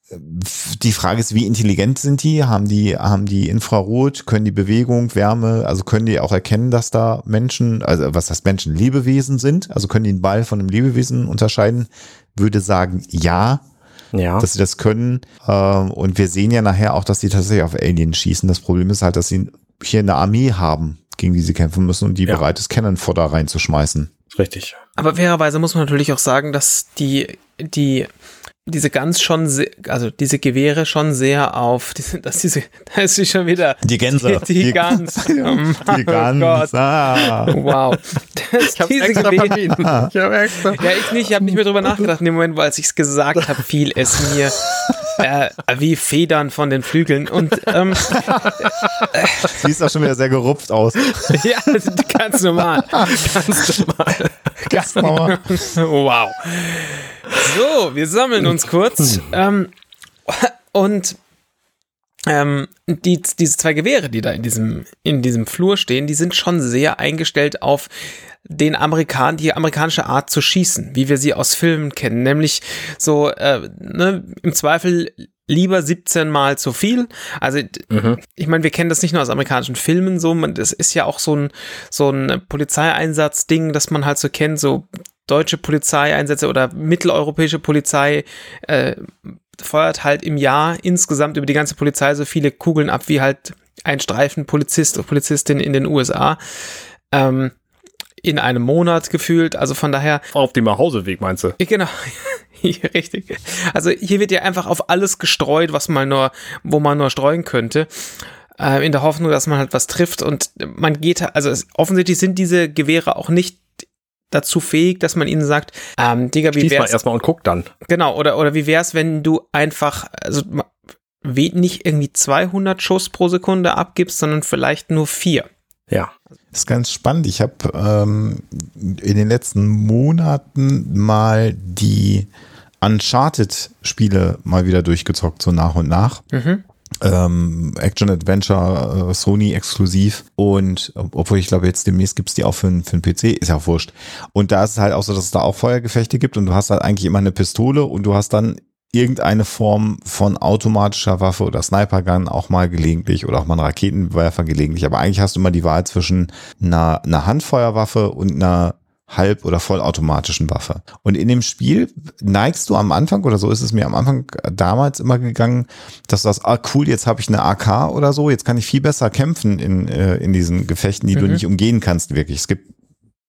die Frage ist, wie intelligent sind die? Haben die, haben die Infrarot? Können die Bewegung, Wärme, also können die auch erkennen, dass da Menschen, also was das Menschen, Lebewesen sind? Also können die einen Ball von einem Lebewesen unterscheiden? Würde sagen, ja, Ja. dass sie das können. Und wir sehen ja nachher auch, dass die tatsächlich auf Aliens schießen. Das Problem ist halt, dass sie hier eine Armee haben, gegen die sie kämpfen müssen und die Ja. bereit ist, Cannonfodder reinzuschmeißen. Richtig. Aber fairerweise muss man natürlich auch sagen, dass die, die, diese ganz schon, sehr, also diese Gewehre schon sehr auf, diese, dass diese, da ist sie schon wieder. Die Gänse. Die, die, die Gans. Die Gans. Oh Gott. Ah. Wow. Das, Ich hab's diese extra Gewehre. vermieden. Ich hab extra. Ja, ich nicht, ich habe nicht mehr drüber nachgedacht. In dem Moment, als ich es gesagt habe, fiel es mir äh, wie Federn von den Flügeln. Und ähm, Siehst auch schon wieder sehr gerupft aus. ja, ganz normal. Ganz normal. Ganz normal. Wow. So, wir sammeln uns kurz. Ähm, und ähm, die, diese zwei Gewehre, die da in diesem, in diesem Flur stehen, die sind schon sehr eingestellt auf den Amerikan die amerikanische Art zu schießen, wie wir sie aus Filmen kennen. Nämlich so, äh, ne, im Zweifel lieber siebzehn Mal zu viel. Also, mhm. ich meine, wir kennen das nicht nur aus amerikanischen Filmen so, man, das ist ja auch so ein, so ein Polizeieinsatzding, das man halt so kennt, so deutsche Polizeieinsätze oder mitteleuropäische Polizei äh, feuert halt im Jahr insgesamt über die ganze Polizei so viele Kugeln ab, wie halt ein Streifen Polizist oder Polizistin in den U S A. Ähm, in einem Monat gefühlt, also von daher. Auf dem Nachhauseweg meinst du? Genau, richtig. Also hier wird ja einfach auf alles gestreut, was man nur, wo man nur streuen könnte, äh, in der Hoffnung, dass man halt was trifft und man geht, also es, offensichtlich sind diese Gewehre auch nicht dazu fähig, dass man ihnen sagt, ähm, Digga, wie Schieß wär's? mal erstmal und guck dann. Genau, oder, oder wie wär's, wenn du einfach, also nicht irgendwie zweihundert Schuss pro Sekunde abgibst, sondern vielleicht nur vier. Ja. Das ist ganz spannend. Ich habe ähm, in den letzten Monaten mal die Uncharted-Spiele mal wieder durchgezockt, so nach und nach. Mhm. Ähm, Action-Adventure, äh, Sony exklusiv und obwohl ich glaube, jetzt demnächst gibt's die auch für, für den P C, ist ja auch wurscht. Und da ist es halt auch so, dass es da auch Feuergefechte gibt und du hast halt eigentlich immer eine Pistole und du hast dann irgendeine Form von automatischer Waffe oder Snipergun auch mal gelegentlich oder auch mal einen Raketenwerfer gelegentlich. Aber eigentlich hast du immer die Wahl zwischen einer, einer Handfeuerwaffe und einer halb- oder vollautomatischen Waffe. Und in dem Spiel neigst du am Anfang, oder so ist es mir am Anfang damals immer gegangen, dass du sagst, ah cool, jetzt habe ich eine A K oder so, jetzt kann ich viel besser kämpfen in, äh, in diesen Gefechten, die mhm. du nicht umgehen kannst wirklich. Es gibt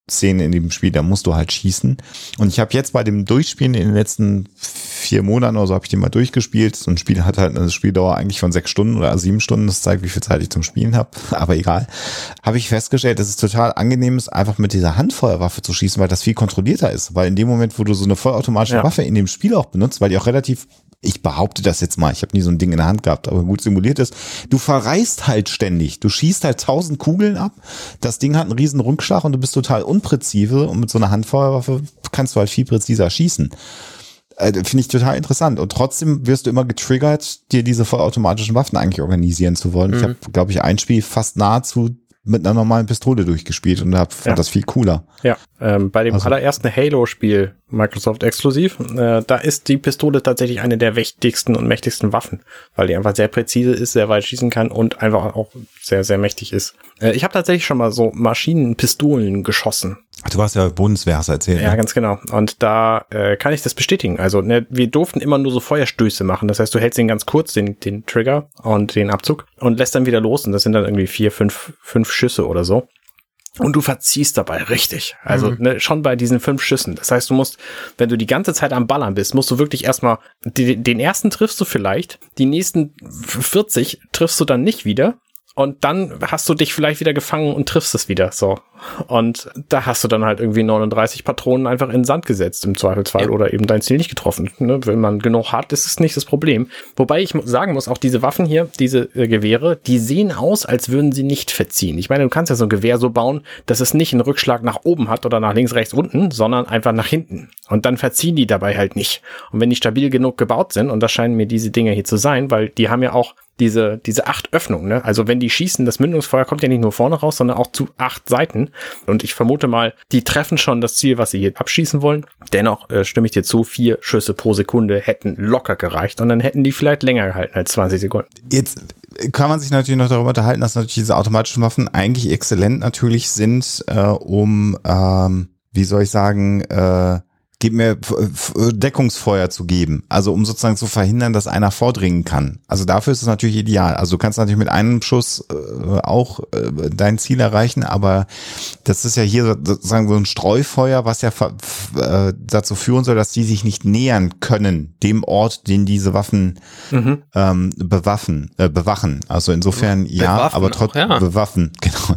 Szene in dem Spiel, da musst du halt schießen. Und ich habe jetzt bei dem Durchspielen in den letzten vier Monaten oder so habe ich den mal durchgespielt. So ein Spiel hat halt eine Spieldauer eigentlich von sechs Stunden oder sieben Stunden. Das zeigt, wie viel Zeit ich zum Spielen habe. Aber egal. Habe ich festgestellt, dass es total angenehm ist, einfach mit dieser Handfeuerwaffe zu schießen, weil das viel kontrollierter ist. Weil in dem Moment, wo du so eine vollautomatische ja. Waffe in dem Spiel auch benutzt, weil die auch relativ, ich behaupte das jetzt mal, ich habe nie so ein Ding in der Hand gehabt, aber gut simuliert ist, du verreist halt ständig. Du schießt halt tausend Kugeln ab, das Ding hat einen riesen Rückschlag und du bist total unpräzise und mit so einer Handfeuerwaffe kannst du halt viel präziser schießen. Äh, finde ich total interessant. Und trotzdem wirst du immer getriggert, dir diese vollautomatischen Waffen eigentlich organisieren zu wollen. Mhm. Ich habe, glaube ich, ein Spiel fast nahezu mit einer normalen Pistole durchgespielt und hab, fand ja. das viel cooler. Ja, ähm, bei dem also, allerersten Halo-Spiel, Microsoft exklusiv, äh, da ist die Pistole tatsächlich eine der wichtigsten und mächtigsten Waffen, weil die einfach sehr präzise ist, sehr weit schießen kann und einfach auch sehr, sehr mächtig ist. Äh, ich habe tatsächlich schon mal so Maschinenpistolen geschossen. Du warst ja Bundeswehr, hast du erzählt. Ja, ne? Ganz genau. Und da äh, kann ich das bestätigen. Also ne, wir durften immer nur so Feuerstöße machen. Das heißt, du hältst den ganz kurz, den, den Trigger und den Abzug und lässt dann wieder los. Und das sind dann irgendwie vier, fünf, fünf Schüsse oder so. Und du verziehst dabei richtig. Also mhm. ne, schon bei diesen fünf Schüssen. Das heißt, du musst, wenn du die ganze Zeit am Ballern bist, musst du wirklich erstmal, die, den ersten triffst du vielleicht, die nächsten vierzig triffst du dann nicht wieder. Und dann hast du dich vielleicht wieder gefangen und triffst es wieder, so. Und da hast du dann halt irgendwie neununddreißig Patronen einfach in den Sand gesetzt, im Zweifelsfall, ja. oder eben dein Ziel nicht getroffen. Ne? Wenn man genug hat, ist es nicht das Problem. Wobei ich sagen muss, auch diese Waffen hier, diese äh, Gewehre, die sehen aus, als würden sie nicht verziehen. Ich meine, du kannst ja so ein Gewehr so bauen, dass es nicht einen Rückschlag nach oben hat oder nach links, rechts, unten, sondern einfach nach hinten. Und dann verziehen die dabei halt nicht. Und wenn die stabil genug gebaut sind, und das scheinen mir diese Dinger hier zu sein, weil die haben ja auch diese diese acht Öffnungen, ne? Also wenn die schießen, das Mündungsfeuer kommt ja nicht nur vorne raus, sondern auch zu acht Seiten. Und ich vermute mal, die treffen schon das Ziel, was sie hier abschießen wollen. Dennoch äh, stimme ich dir zu, vier Schüsse pro Sekunde hätten locker gereicht und dann hätten die vielleicht länger gehalten als zwanzig Sekunden. Jetzt kann man sich natürlich noch darüber unterhalten, dass natürlich diese automatischen Waffen eigentlich exzellent natürlich sind, äh, um, ähm, wie soll ich sagen, äh, Gib mir Deckungsfeuer zu geben, also um sozusagen zu verhindern, dass einer vordringen kann. Also dafür ist es natürlich ideal. Also du kannst natürlich mit einem Schuss äh, auch äh, dein Ziel erreichen, aber das ist ja hier sozusagen so ein Streufeuer, was ja äh, dazu führen soll, dass die sich nicht nähern können dem Ort, den diese Waffen mhm. ähm, bewaffen, äh, bewachen. Also insofern ja, bewaffen aber trotzdem ja. bewaffen, genau.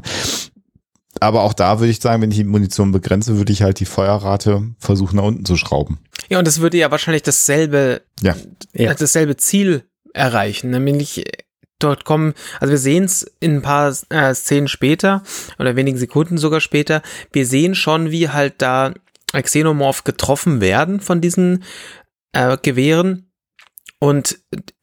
Aber auch da würde ich sagen, wenn ich die Munition begrenze, würde ich halt die Feuerrate versuchen, nach unten zu schrauben. Ja, und das würde ja wahrscheinlich dasselbe, ja. dasselbe Ziel erreichen. Nämlich dort kommen, also wir sehen es in ein paar äh, Szenen später oder wenigen Sekunden sogar später. Wir sehen schon, wie halt da Xenomorph getroffen werden von diesen äh, Gewehren. Und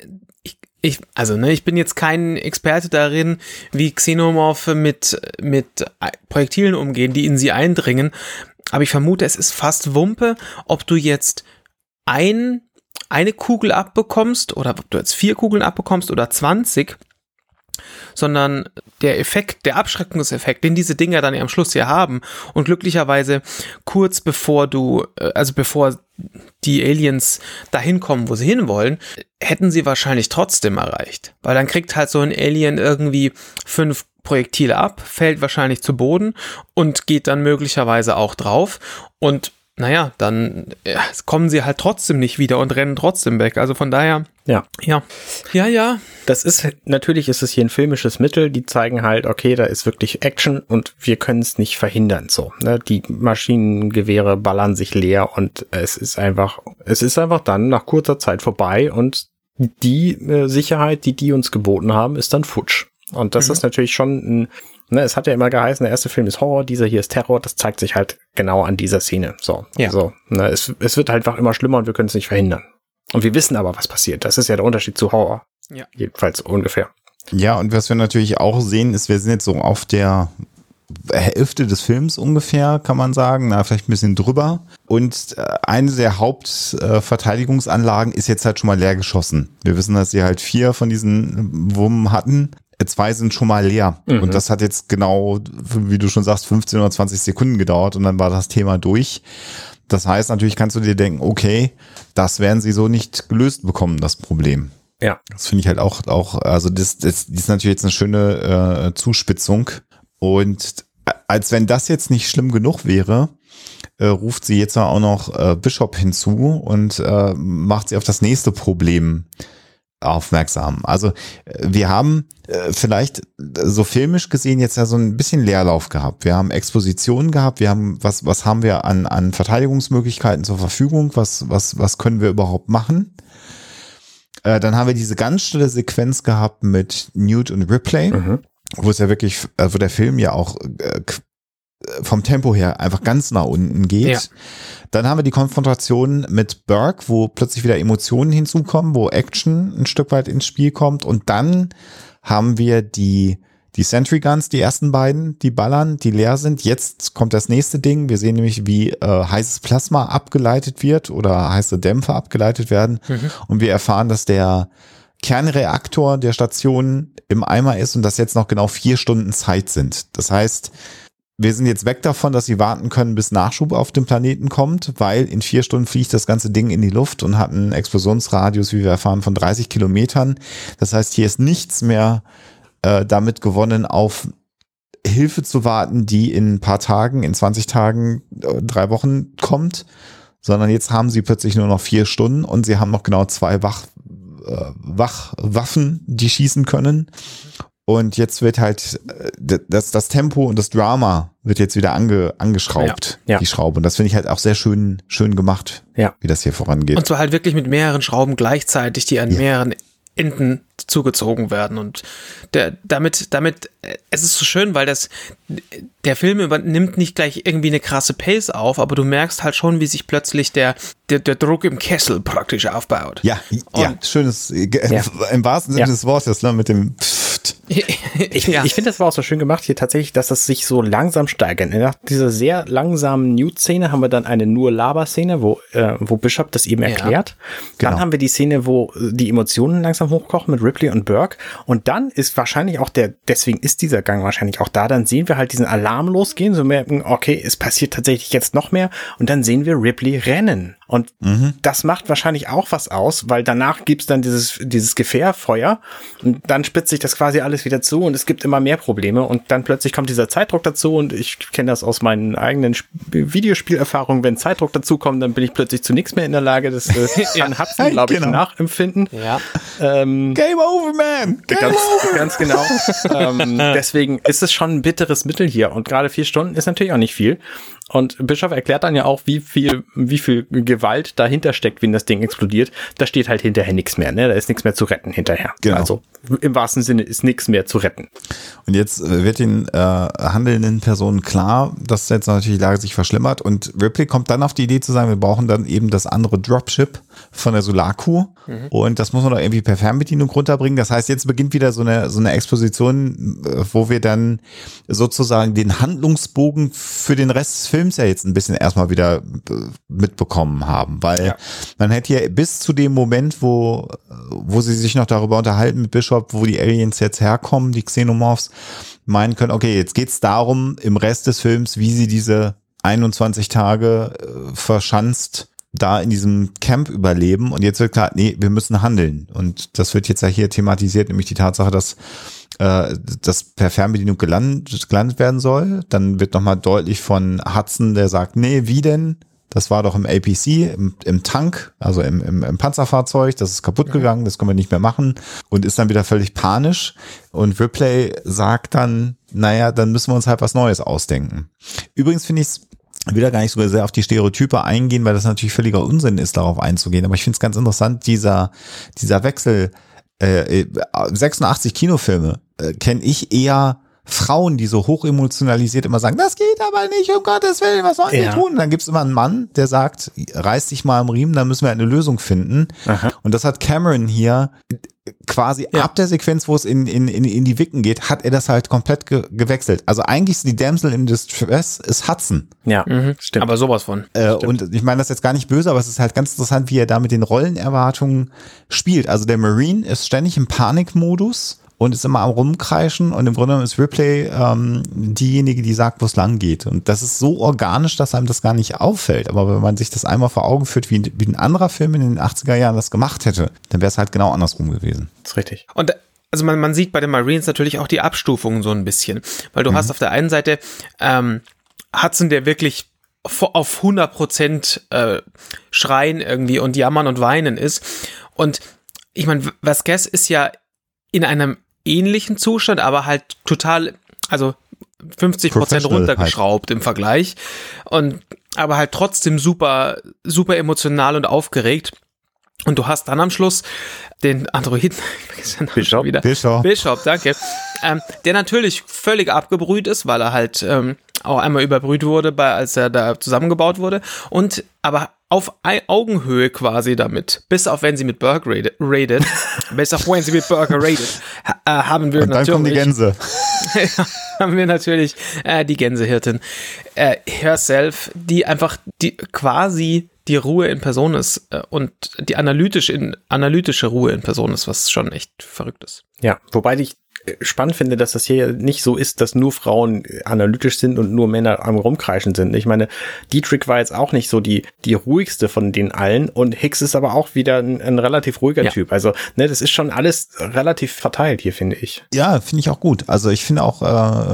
Ich, also, ne, ich bin jetzt kein Experte darin, wie Xenomorphe mit, mit Projektilen umgehen, die in sie eindringen. Aber ich vermute, es ist fast Wumpe, ob du jetzt ein, eine Kugel abbekommst oder ob du jetzt vier Kugeln abbekommst oder zwanzig, sondern der Effekt, der Abschreckungseffekt, den diese Dinger dann am Schluss hier haben und glücklicherweise kurz bevor du, also bevor die Aliens dahin kommen, wo sie hinwollen, hätten sie wahrscheinlich trotzdem erreicht. Weil dann kriegt halt so ein Alien irgendwie fünf Projektile ab, fällt wahrscheinlich zu Boden und geht dann möglicherweise auch drauf und naja, dann ja, kommen sie halt trotzdem nicht wieder und rennen trotzdem weg. Also von daher, ja, ja, ja, ja. Das ist, natürlich ist es hier ein filmisches Mittel, die zeigen halt, okay, da ist wirklich Action und wir können es nicht verhindern, so, ne? Die Maschinengewehre ballern sich leer und es ist einfach, es ist einfach dann nach kurzer Zeit vorbei und die äh, Sicherheit, die die uns geboten haben, ist dann futsch. Und das mhm. ist natürlich schon ein, ne, es hat ja immer geheißen, der erste Film ist Horror, dieser hier ist Terror, das zeigt sich halt genau an dieser Szene. So, ja. also, ne, es, es wird halt einfach immer schlimmer und wir können es nicht verhindern. Und wir wissen aber, was passiert. Das ist ja der Unterschied zu Horror. Ja. Jedenfalls ungefähr. Ja, und was wir natürlich auch sehen, ist, wir sind jetzt so auf der Hälfte des Films ungefähr, kann man sagen, na, vielleicht ein bisschen drüber. Und äh, eine der Hauptverteidigungsanlagen äh, ist jetzt halt schon mal leer geschossen. Wir wissen, dass sie halt vier von diesen Wummen hatten. Zwei sind schon mal leer. Mhm. Und das hat jetzt genau, wie du schon sagst, fünfzehn oder zwanzig Sekunden gedauert und dann war das Thema durch. Das heißt, natürlich kannst du dir denken, okay, das werden sie so nicht gelöst bekommen, das Problem. Ja. Das finde ich halt auch, auch, also das, das, das ist natürlich jetzt eine schöne äh, Zuspitzung. Und als wenn das jetzt nicht schlimm genug wäre, äh, ruft sie jetzt auch noch äh, Bishop hinzu und äh, macht sie auf das nächste Problem aufmerksam. Also äh, wir haben äh, vielleicht äh, so filmisch gesehen jetzt ja so ein bisschen Leerlauf gehabt. Wir haben Expositionen gehabt, wir haben, was, was haben wir an, an Verteidigungsmöglichkeiten zur Verfügung, was, was, was können wir überhaupt machen? Äh, dann haben wir diese ganz stille Sequenz gehabt mit Newt und Ripley, mhm. wo es ja wirklich, äh, wo der Film ja auch äh, vom Tempo her einfach ganz nach unten geht. Ja. Dann haben wir die Konfrontation mit Burke, wo plötzlich wieder Emotionen hinzukommen, wo Action ein Stück weit ins Spiel kommt. Und dann haben wir die, die Sentry Guns, die ersten beiden, die ballern, die leer sind. Jetzt kommt das nächste Ding. Wir sehen nämlich, wie äh, heißes Plasma abgeleitet wird oder heiße Dämpfe abgeleitet werden. Mhm. Und wir erfahren, dass der Kernreaktor der Station im Eimer ist und dass jetzt noch genau vier Stunden Zeit sind. Das heißt, wir sind jetzt weg davon, dass sie warten können, bis Nachschub auf dem Planeten kommt, weil in vier Stunden fliegt das ganze Ding in die Luft und hat einen Explosionsradius, wie wir erfahren, von dreißig Kilometern. Das heißt, hier ist nichts mehr äh, damit gewonnen, auf Hilfe zu warten, die in ein paar Tagen, in zwanzig Tagen, äh, drei Wochen kommt, sondern jetzt haben sie plötzlich nur noch vier Stunden und sie haben noch genau zwei Wach, äh, Wachwaffen, die schießen können. Und jetzt wird halt das, das Tempo und das Drama wird jetzt wieder ange, angeschraubt, ja, ja. die Schraube. Und das finde ich halt auch sehr schön, schön gemacht, ja. wie das hier vorangeht. Und zwar halt wirklich mit mehreren Schrauben gleichzeitig, die an ja. mehreren Enden zugezogen werden. Und der, damit, damit, es ist so schön, weil das, der Film übernimmt nicht gleich irgendwie eine krasse Pace auf, aber du merkst halt schon, wie sich plötzlich der, der, der Druck im Kessel praktisch aufbaut. Ja, und, ja, schönes, ja. im wahrsten Sinne ja. des Wortes, ne, mit dem Pfft. Ich, ja. ich finde, das war auch so schön gemacht hier tatsächlich, dass das sich so langsam steigert. Nach dieser sehr langsamen Nude-Szene haben wir dann eine nur Laber-Szene, wo, äh, wo Bishop das eben erklärt. Ja, genau. Dann haben wir die Szene, wo die Emotionen langsam hochkochen mit Ripley und Burke. Und dann ist wahrscheinlich auch der, deswegen ist dieser Gang wahrscheinlich auch da, dann sehen wir halt diesen Alarm losgehen, so merken, okay, es passiert tatsächlich jetzt noch mehr. Und dann sehen wir Ripley rennen. Und mhm. das macht wahrscheinlich auch was aus, weil danach gibt's dann dieses, dieses Gefährfeuer und dann spitzt sich das quasi alles wieder zu und es gibt immer mehr Probleme und dann plötzlich kommt dieser Zeitdruck dazu und ich kenne das aus meinen eigenen Sp- Videospielerfahrungen, wenn Zeitdruck dazu kommt, dann bin ich plötzlich zu nichts mehr in der Lage, das äh, kann Hudson, glaube ich, genau. nachempfinden. Ja. Ähm, Game over, man! Game ganz, over! Ganz genau. ähm, deswegen ist es schon ein bitteres Mittel hier und gerade vier Stunden ist natürlich auch nicht viel. Und Bischof erklärt dann ja auch, wie viel, wie viel Gewalt dahinter steckt, wenn das Ding explodiert. Da steht halt hinterher nichts mehr, ne? Da ist nichts mehr zu retten hinterher. Genau. Also im wahrsten Sinne ist nichts mehr zu retten. Und jetzt wird den äh, handelnden Personen klar, dass jetzt natürlich die Lage sich verschlimmert und Ripley kommt dann auf die Idee zu sagen, wir brauchen dann eben das andere Dropship von der Solarkuh mhm. und das muss man doch irgendwie per Fernbedienung runterbringen. Das heißt, jetzt beginnt wieder so eine so eine Exposition, wo wir dann sozusagen den Handlungsbogen für den Rest des Films ja jetzt ein bisschen erstmal wieder mitbekommen haben, weil ja. man hätte ja bis zu dem Moment, wo wo sie sich noch darüber unterhalten mit Bishop, wo die Aliens jetzt herkommen, die Xenomorphs, meinen können, okay, jetzt geht's darum im Rest des Films, wie sie diese einundzwanzig Tage äh, verschanzt da in diesem Camp überleben und jetzt wird klar, nee, wir müssen handeln und das wird jetzt ja hier thematisiert, nämlich die Tatsache, dass äh, das per Fernbedienung gelandet, gelandet werden soll. Dann wird nochmal deutlich von Hudson, der sagt, nee, wie denn? Das war doch im A P C, im, im Tank, also im, im, im Panzerfahrzeug, das ist kaputt gegangen, das können wir nicht mehr machen und ist dann wieder völlig panisch und Ripley sagt dann, naja, dann müssen wir uns halt was Neues ausdenken. Übrigens finde ich es Ich will da gar nicht so sehr auf die Stereotype eingehen, weil das natürlich völliger Unsinn ist, darauf einzugehen. Aber ich finde es ganz interessant, dieser dieser Wechsel, äh, sechsundachtzig Kinofilme äh, kenne ich eher Frauen, die so hoch emotionalisiert immer sagen, das geht aber nicht, um Gottes Willen, was sollen wir ja. tun? Und dann gibt's immer einen Mann, der sagt, reiß dich mal am Riemen, dann müssen wir eine Lösung finden. Aha. Und das hat Cameron hier quasi ja. ab der Sequenz, wo es in, in, in, in die Wicken geht, hat er das halt komplett ge- gewechselt. Also eigentlich ist die Damsel in Distress ist Hudson. Ja, mhm, stimmt. Aber sowas von. Äh, und ich meine das jetzt gar nicht böse, aber es ist halt ganz interessant, wie er da mit den Rollenerwartungen spielt. Also der Marine ist ständig im Panikmodus und ist immer am Rumkreischen und im Grunde genommen ist Ripley ähm, diejenige, die sagt, wo es lang geht. Und das ist so organisch, dass einem das gar nicht auffällt. Aber wenn man sich das einmal vor Augen führt, wie, wie ein anderer Film in den achtziger Jahren das gemacht hätte, dann wäre es halt genau andersrum gewesen. Das ist richtig. Und also man, man sieht bei den Marines natürlich auch die Abstufungen so ein bisschen, weil du mhm. hast auf der einen Seite ähm, Hudson, der wirklich auf hundert Prozent äh, schreien irgendwie und jammern und weinen ist. Und ich meine, Vasquez ist ja in einem ähnlichen Zustand, aber halt total, also fünfzig Prozent runtergeschraubt halt im Vergleich. Und aber halt trotzdem super, super emotional und aufgeregt. Und du hast dann am Schluss den Androiden, Bishop, wieder. Bishop. Bishop, danke, ähm, der natürlich völlig abgebrüht ist, weil er halt ähm, auch einmal überbrüht wurde, bei, als er da zusammengebaut wurde, und aber auf Augenhöhe quasi damit, bis auf wenn sie mit Burke raided, raided bis auf wenn sie mit Burke raided, äh, haben wir und dann natürlich... kommen die Gänse. haben wir natürlich äh, die Gänsehirtin äh, herself, die einfach die quasi die Ruhe in Person ist äh, und die analytisch in, analytische Ruhe in Person ist, was schon echt verrückt ist. Ja, wobei ich spannend finde, dass das hier nicht so ist, dass nur Frauen analytisch sind und nur Männer am Rumkreischen sind. Ich meine, Dietrich war jetzt auch nicht so die die ruhigste von den allen und Hicks ist aber auch wieder ein, ein relativ ruhiger ja. Typ. Also, ne, das ist schon alles relativ verteilt hier, finde ich. Ja, finde ich auch gut. Also ich finde auch,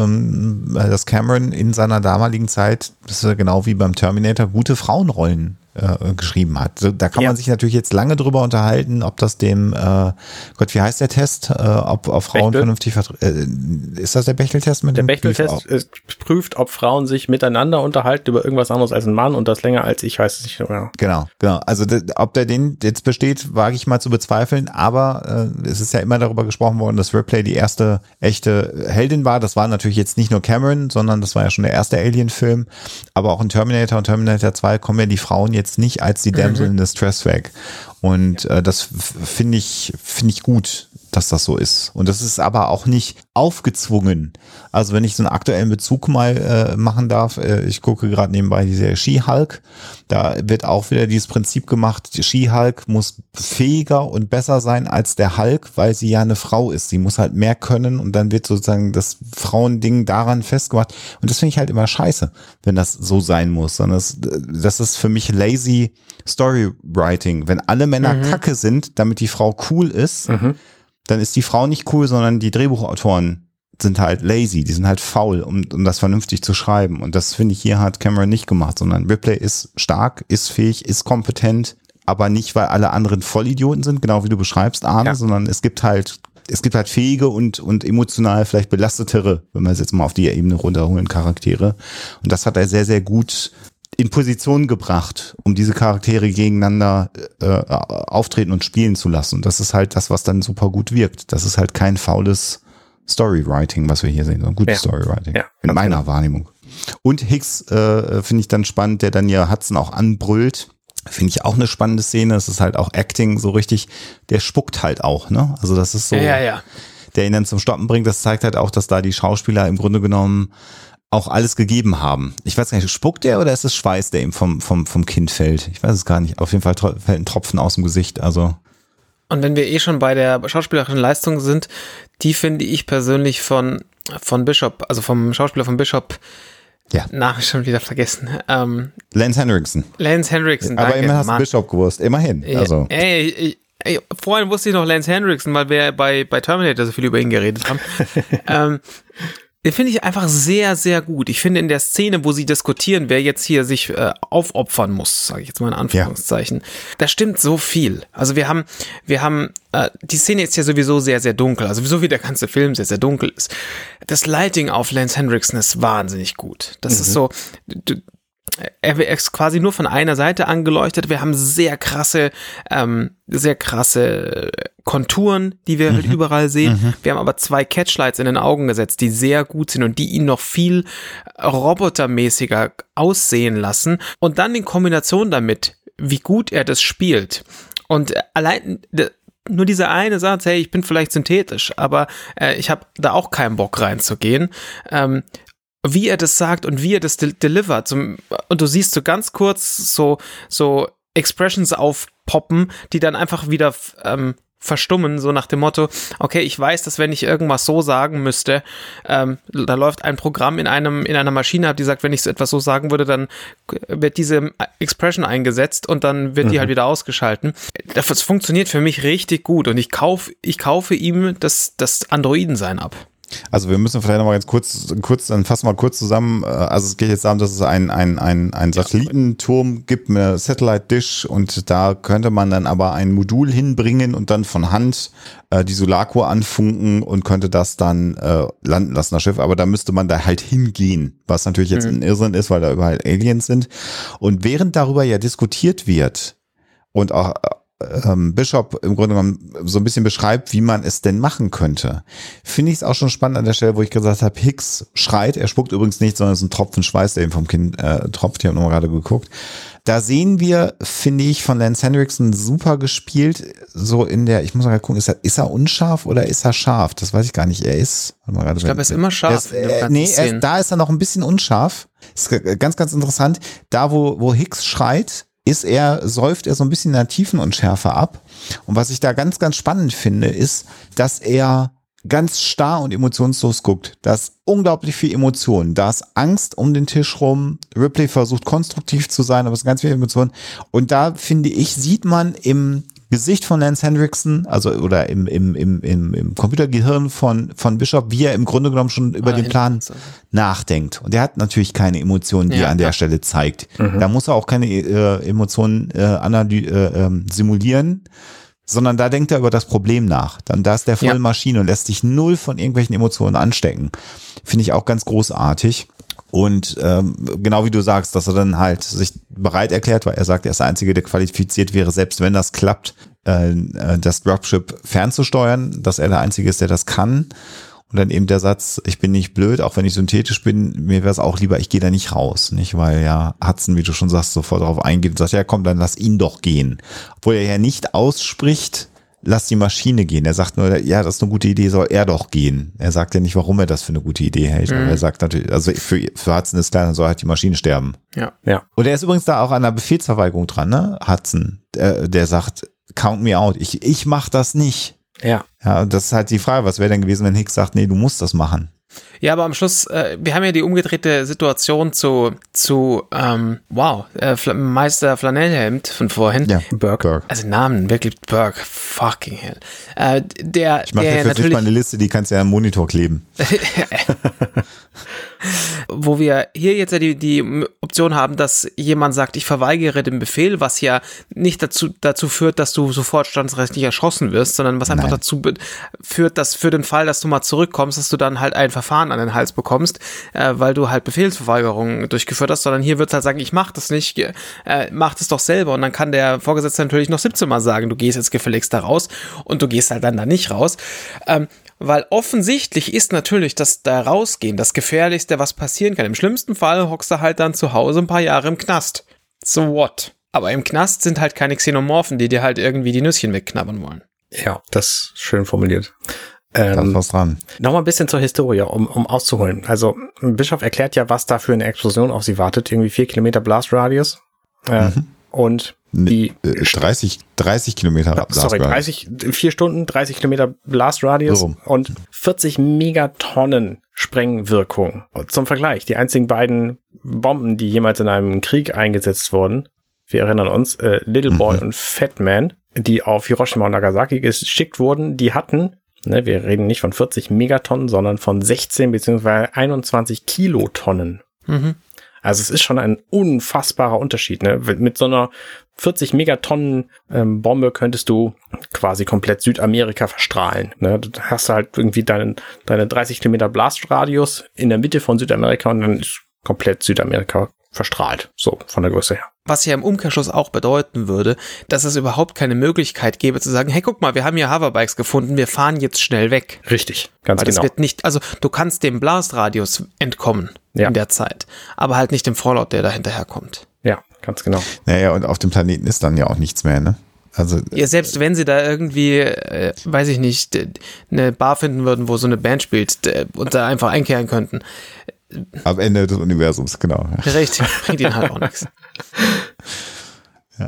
äh, dass Cameron in seiner damaligen Zeit, das ist ja genau wie beim Terminator, gute Frauenrollen äh, geschrieben hat. Da kann man ja. sich natürlich jetzt lange drüber unterhalten, ob das dem, äh, Gott, wie heißt der Test, äh, ob, ob Frauen Bechtel. vernünftig vertreten. Äh, ist das der Bechtel-Test mit der dem Bechtel-Test prüft, ob Frauen sich miteinander unterhalten über irgendwas anderes als ein Mann und das länger als ich, weiß es nicht mehr. Genau, genau. Also ob der den jetzt besteht, wage ich mal zu bezweifeln, aber äh, es ist ja immer darüber gesprochen worden, dass Ripley die erste echte Heldin war. Das war natürlich jetzt nicht nur Cameron, sondern das war ja schon der erste Alien-Film, aber auch in Terminator und Terminator zwei kommen ja die Frauen jetzt nicht als die Damsel mhm. in Distress weg. Und äh, das finde ich, finde ich gut, dass das so ist. Und das ist aber auch nicht aufgezwungen. Also wenn ich so einen aktuellen Bezug mal äh, machen darf, äh, ich gucke gerade nebenbei die Serie She-Hulk, da wird auch wieder dieses Prinzip gemacht, She-Hulk muss fähiger und besser sein als der Hulk, weil sie ja eine Frau ist. Sie muss halt mehr können und dann wird sozusagen das Frauending daran festgemacht. Und das finde ich halt immer scheiße, wenn das so sein muss. Sondern das, das ist für mich lazy Storywriting. Wenn alle Männer mhm. kacke sind, damit die Frau cool ist, mhm. dann ist die Frau nicht cool, sondern die Drehbuchautoren sind halt lazy, die sind halt faul, um, um das vernünftig zu schreiben. Und das, finde ich, hier hat Cameron nicht gemacht, sondern Ripley ist stark, ist fähig, ist kompetent, aber nicht, weil alle anderen Vollidioten sind, genau wie du beschreibst, Arne, ja. sondern es gibt halt, es gibt halt fähige und, und emotional vielleicht belastetere, wenn wir es jetzt mal auf die Ebene runterholen, Charaktere. Und das hat er sehr, sehr gut in Position gebracht, um diese Charaktere gegeneinander äh, auftreten und spielen zu lassen. Und das ist halt das, was dann super gut wirkt. Das ist halt kein faules Storywriting, was wir hier sehen, sondern gutes ja. Storywriting. Ja, in meiner genau. Wahrnehmung. Und Hicks äh, finde ich dann spannend, der dann ja Hudson auch anbrüllt. Finde ich auch eine spannende Szene. Das ist halt auch Acting so richtig, der spuckt halt auch, ne? Also das ist so, ja, ja, ja. der ihn dann zum Stoppen bringt. Das zeigt halt auch, dass da die Schauspieler im Grunde genommen auch alles gegeben haben. Ich weiß gar nicht, spuckt der oder ist es Schweiß, der ihm vom, vom, vom Kind fällt? Ich weiß es gar nicht. Auf jeden Fall fällt ein Tropfen aus dem Gesicht, also. Und wenn wir eh schon bei der schauspielerischen Leistung sind, die finde ich persönlich von, von Bishop, also vom Schauspieler von Bishop, ja. Namen schon wieder vergessen. Ähm, Lance Henriksen. Lance Henriksen, Aber danke. immer hast Mann. du Bishop gewusst, immerhin. Also. Ey, ey, ey, vorhin wusste ich noch Lance Henriksen, weil wir bei, bei Terminator so viel über ihn geredet haben. ähm, Den finde ich einfach sehr, sehr gut. Ich finde in der Szene, wo sie diskutieren, wer jetzt hier sich äh, aufopfern muss, sage ich jetzt mal in Anführungszeichen, ja. da stimmt so viel. Also wir haben, wir haben, äh, die Szene ist ja sowieso sehr, sehr dunkel, also sowieso wie der ganze Film sehr, sehr dunkel ist. Das Lighting auf Lance Henriksen ist wahnsinnig gut. Das mhm. ist so, du, er ist quasi nur von einer Seite angeleuchtet. Wir haben sehr krasse, ähm, sehr krasse Konturen, die wir mhm. halt überall sehen. Mhm. Wir haben aber zwei Catchlights in den Augen gesetzt, die sehr gut sind und die ihn noch viel robotermäßiger aussehen lassen. Und dann in Kombination damit, wie gut er das spielt. Und allein nur dieser eine Satz, hey, ich bin vielleicht synthetisch, aber äh, ich habe da auch keinen Bock reinzugehen. Ähm, wie er das sagt und wie er das de- delivert. Zum, und du siehst so ganz kurz so, so Expressions aufpoppen, die dann einfach wieder ähm, verstummen, so nach dem Motto, okay, ich weiß, dass wenn ich irgendwas so sagen müsste, ähm, da läuft ein Programm in einem in einer Maschine ab, die sagt, wenn ich so etwas so sagen würde, dann wird diese Expression eingesetzt und dann wird mhm. die halt wieder ausgeschalten. Das funktioniert für mich richtig gut und ich kaufe ich kaufe ihm das, das Androidensein ab. Also wir müssen vielleicht noch mal ganz kurz, kurz, dann fassen wir mal kurz zusammen. Also es geht jetzt darum, dass es ein, ein, ein, ein Satellitenturm gibt mit einer Satellite Dish und da könnte man dann aber ein Modul hinbringen und dann von Hand äh, die Solaco anfunken und könnte das dann äh, landen lassen, das Schiff. Aber da müsste man da halt hingehen, was natürlich jetzt mhm. ein Irrsinn ist, weil da überall Aliens sind. Und während darüber ja diskutiert wird und auch Ähm, Bishop im Grunde genommen so ein bisschen beschreibt, wie man es denn machen könnte, finde ich es auch schon spannend an der Stelle, wo ich gesagt habe, Hicks schreit, er spuckt übrigens nicht, sondern es ist ein Tropfen Schweiß, der ihm vom Kinn äh, tropft, ich habe nochmal gerade geguckt. Da sehen wir, finde ich, von Lance Henriksen super gespielt, so in der, ich muss mal gucken, ist er, ist er unscharf oder ist er scharf? Das weiß ich gar nicht, er ist, warte mal gerade, ich glaube, er ist immer scharf. Er ist, äh, nee, er, da ist er noch ein bisschen unscharf, ist ganz, ganz interessant, da wo, wo Hicks schreit, ist er, säuft er so ein bisschen in der Tiefenunschärfe ab. Und was ich da ganz, ganz spannend finde, ist, dass er ganz starr und emotionslos guckt. Da ist unglaublich viel Emotion. Da ist Angst um den Tisch rum. Ripley versucht konstruktiv zu sein, aber es sind ganz viele Emotionen. Und da, finde ich, sieht man im Gesicht von Lance Henriksen, also oder im, im, im, im, im Computergehirn von, von Bishop, wie er im Grunde genommen schon über den Plan nachdenkt. Und er hat natürlich keine Emotionen, die ja, er an der ja. Stelle zeigt. Mhm. Da muss er auch keine äh, Emotionen äh, analy- äh, äh, simulieren, sondern da denkt er über das Problem nach. Dann da ist der voll ja. Maschine und lässt sich null von irgendwelchen Emotionen anstecken. Finde ich auch ganz großartig. Und ähm, genau wie du sagst, dass er dann halt sich bereit erklärt, weil er sagt, er ist der Einzige, der qualifiziert wäre, selbst wenn das klappt, äh, das Dropship fernzusteuern, dass er der Einzige ist, der das kann. Und dann eben der Satz, ich bin nicht blöd, auch wenn ich synthetisch bin, mir wäre es auch lieber, ich gehe da nicht raus, nicht, weil ja Hudson, wie du schon sagst, sofort darauf eingeht und sagt, ja komm, dann lass ihn doch gehen. Obwohl er ja nicht ausspricht, lass die Maschine gehen. Er sagt nur, ja, das ist eine gute Idee, soll er doch gehen. Er sagt ja nicht, warum er das für eine gute Idee hält. Mhm. Aber er sagt natürlich, also für, für Hudson ist klar, dann soll halt die Maschine sterben. Ja. ja. Und er ist übrigens da auch an der Befehlsverweigerung dran, ne? Hudson, der, der sagt, count me out. Ich, ich mach das nicht. Ja. Ja, und das ist halt die Frage, was wäre denn gewesen, wenn Hicks sagt, nee, du musst das machen. Ja, aber am Schluss, äh, wir haben ja die umgedrehte Situation zu, zu ähm, wow, äh, Fl- Meister Flanellhemd von vorhin. Ja, Burke. Also Namen, wirklich Burke, fucking hell. Äh, der, ich mache der jetzt natürlich mal eine Liste, die kannst du ja am Monitor kleben. Wo wir hier jetzt ja die, die Option haben, dass jemand sagt, ich verweigere den Befehl, was ja nicht dazu, dazu führt, dass du sofort standesrechtlich erschossen wirst, sondern was einfach Nein. dazu be- führt, dass für den Fall, dass du mal zurückkommst, dass du dann halt ein Verfahren an den Hals bekommst, äh, weil du halt Befehlsverweigerung durchgeführt hast, sondern hier wird halt sagen, ich mach das nicht, äh, mach das doch selber und dann kann der Vorgesetzte natürlich noch siebzehn Mal sagen, du gehst jetzt gefälligst da raus und du gehst halt dann da nicht raus. Ähm, Weil offensichtlich ist natürlich das da rausgehen das Gefährlichste, was passieren kann. Im schlimmsten Fall hockst du halt dann zu Hause ein paar Jahre im Knast. So what? Aber im Knast sind halt keine Xenomorphen, die dir halt irgendwie die Nüsschen wegknabbern wollen. Ja, das ist schön formuliert. Ähm, da ist was dran. Nochmal ein bisschen zur Historie, um, um auszuholen. Also Bischof erklärt ja, was da für eine Explosion auf sie wartet. Irgendwie vier Kilometer Blastradius. Äh, mhm. Und die dreißig, dreißig Kilometer Blast Sorry, dreißig, vier Stunden, dreißig Kilometer Blastradius so und vierzig Megatonnen Sprengwirkung. Und zum Vergleich, die einzigen beiden Bomben, die jemals in einem Krieg eingesetzt wurden, wir erinnern uns, äh, Little Boy mhm. und Fat Man, die auf Hiroshima und Nagasaki geschickt wurden, die hatten, ne, wir reden nicht von vierzig Megatonnen, sondern von sechzehn beziehungsweise einundzwanzig Kilotonnen. Mhm. Also es ist schon ein unfassbarer Unterschied. Ne? Mit so einer vierzig Megatonnen ähm, Bombe könntest du quasi komplett Südamerika verstrahlen. Ne? Du hast halt irgendwie deinen, deine dreißig Kilometer Blastradius in der Mitte von Südamerika und dann ist komplett Südamerika verstrahlt. So, von der Größe her. Was ja im Umkehrschluss auch bedeuten würde, dass es überhaupt keine Möglichkeit gäbe zu sagen, hey, guck mal, wir haben hier Hoverbikes gefunden, wir fahren jetzt schnell weg. Richtig, ganz Weil genau. Das wird nicht, also du kannst dem Blastradius entkommen ja. in der Zeit, aber halt nicht dem Fallout, der da hinterherkommt. Ja, ganz genau. Naja, und auf dem Planeten ist dann ja auch nichts mehr, ne? Also, ja, selbst wenn sie da irgendwie, äh, weiß ich nicht, eine Bar finden würden, wo so eine Band spielt äh, und da einfach einkehren könnten. Am Ende des Universums, genau. Richtig, bringt ihnen halt auch nichts. Ja.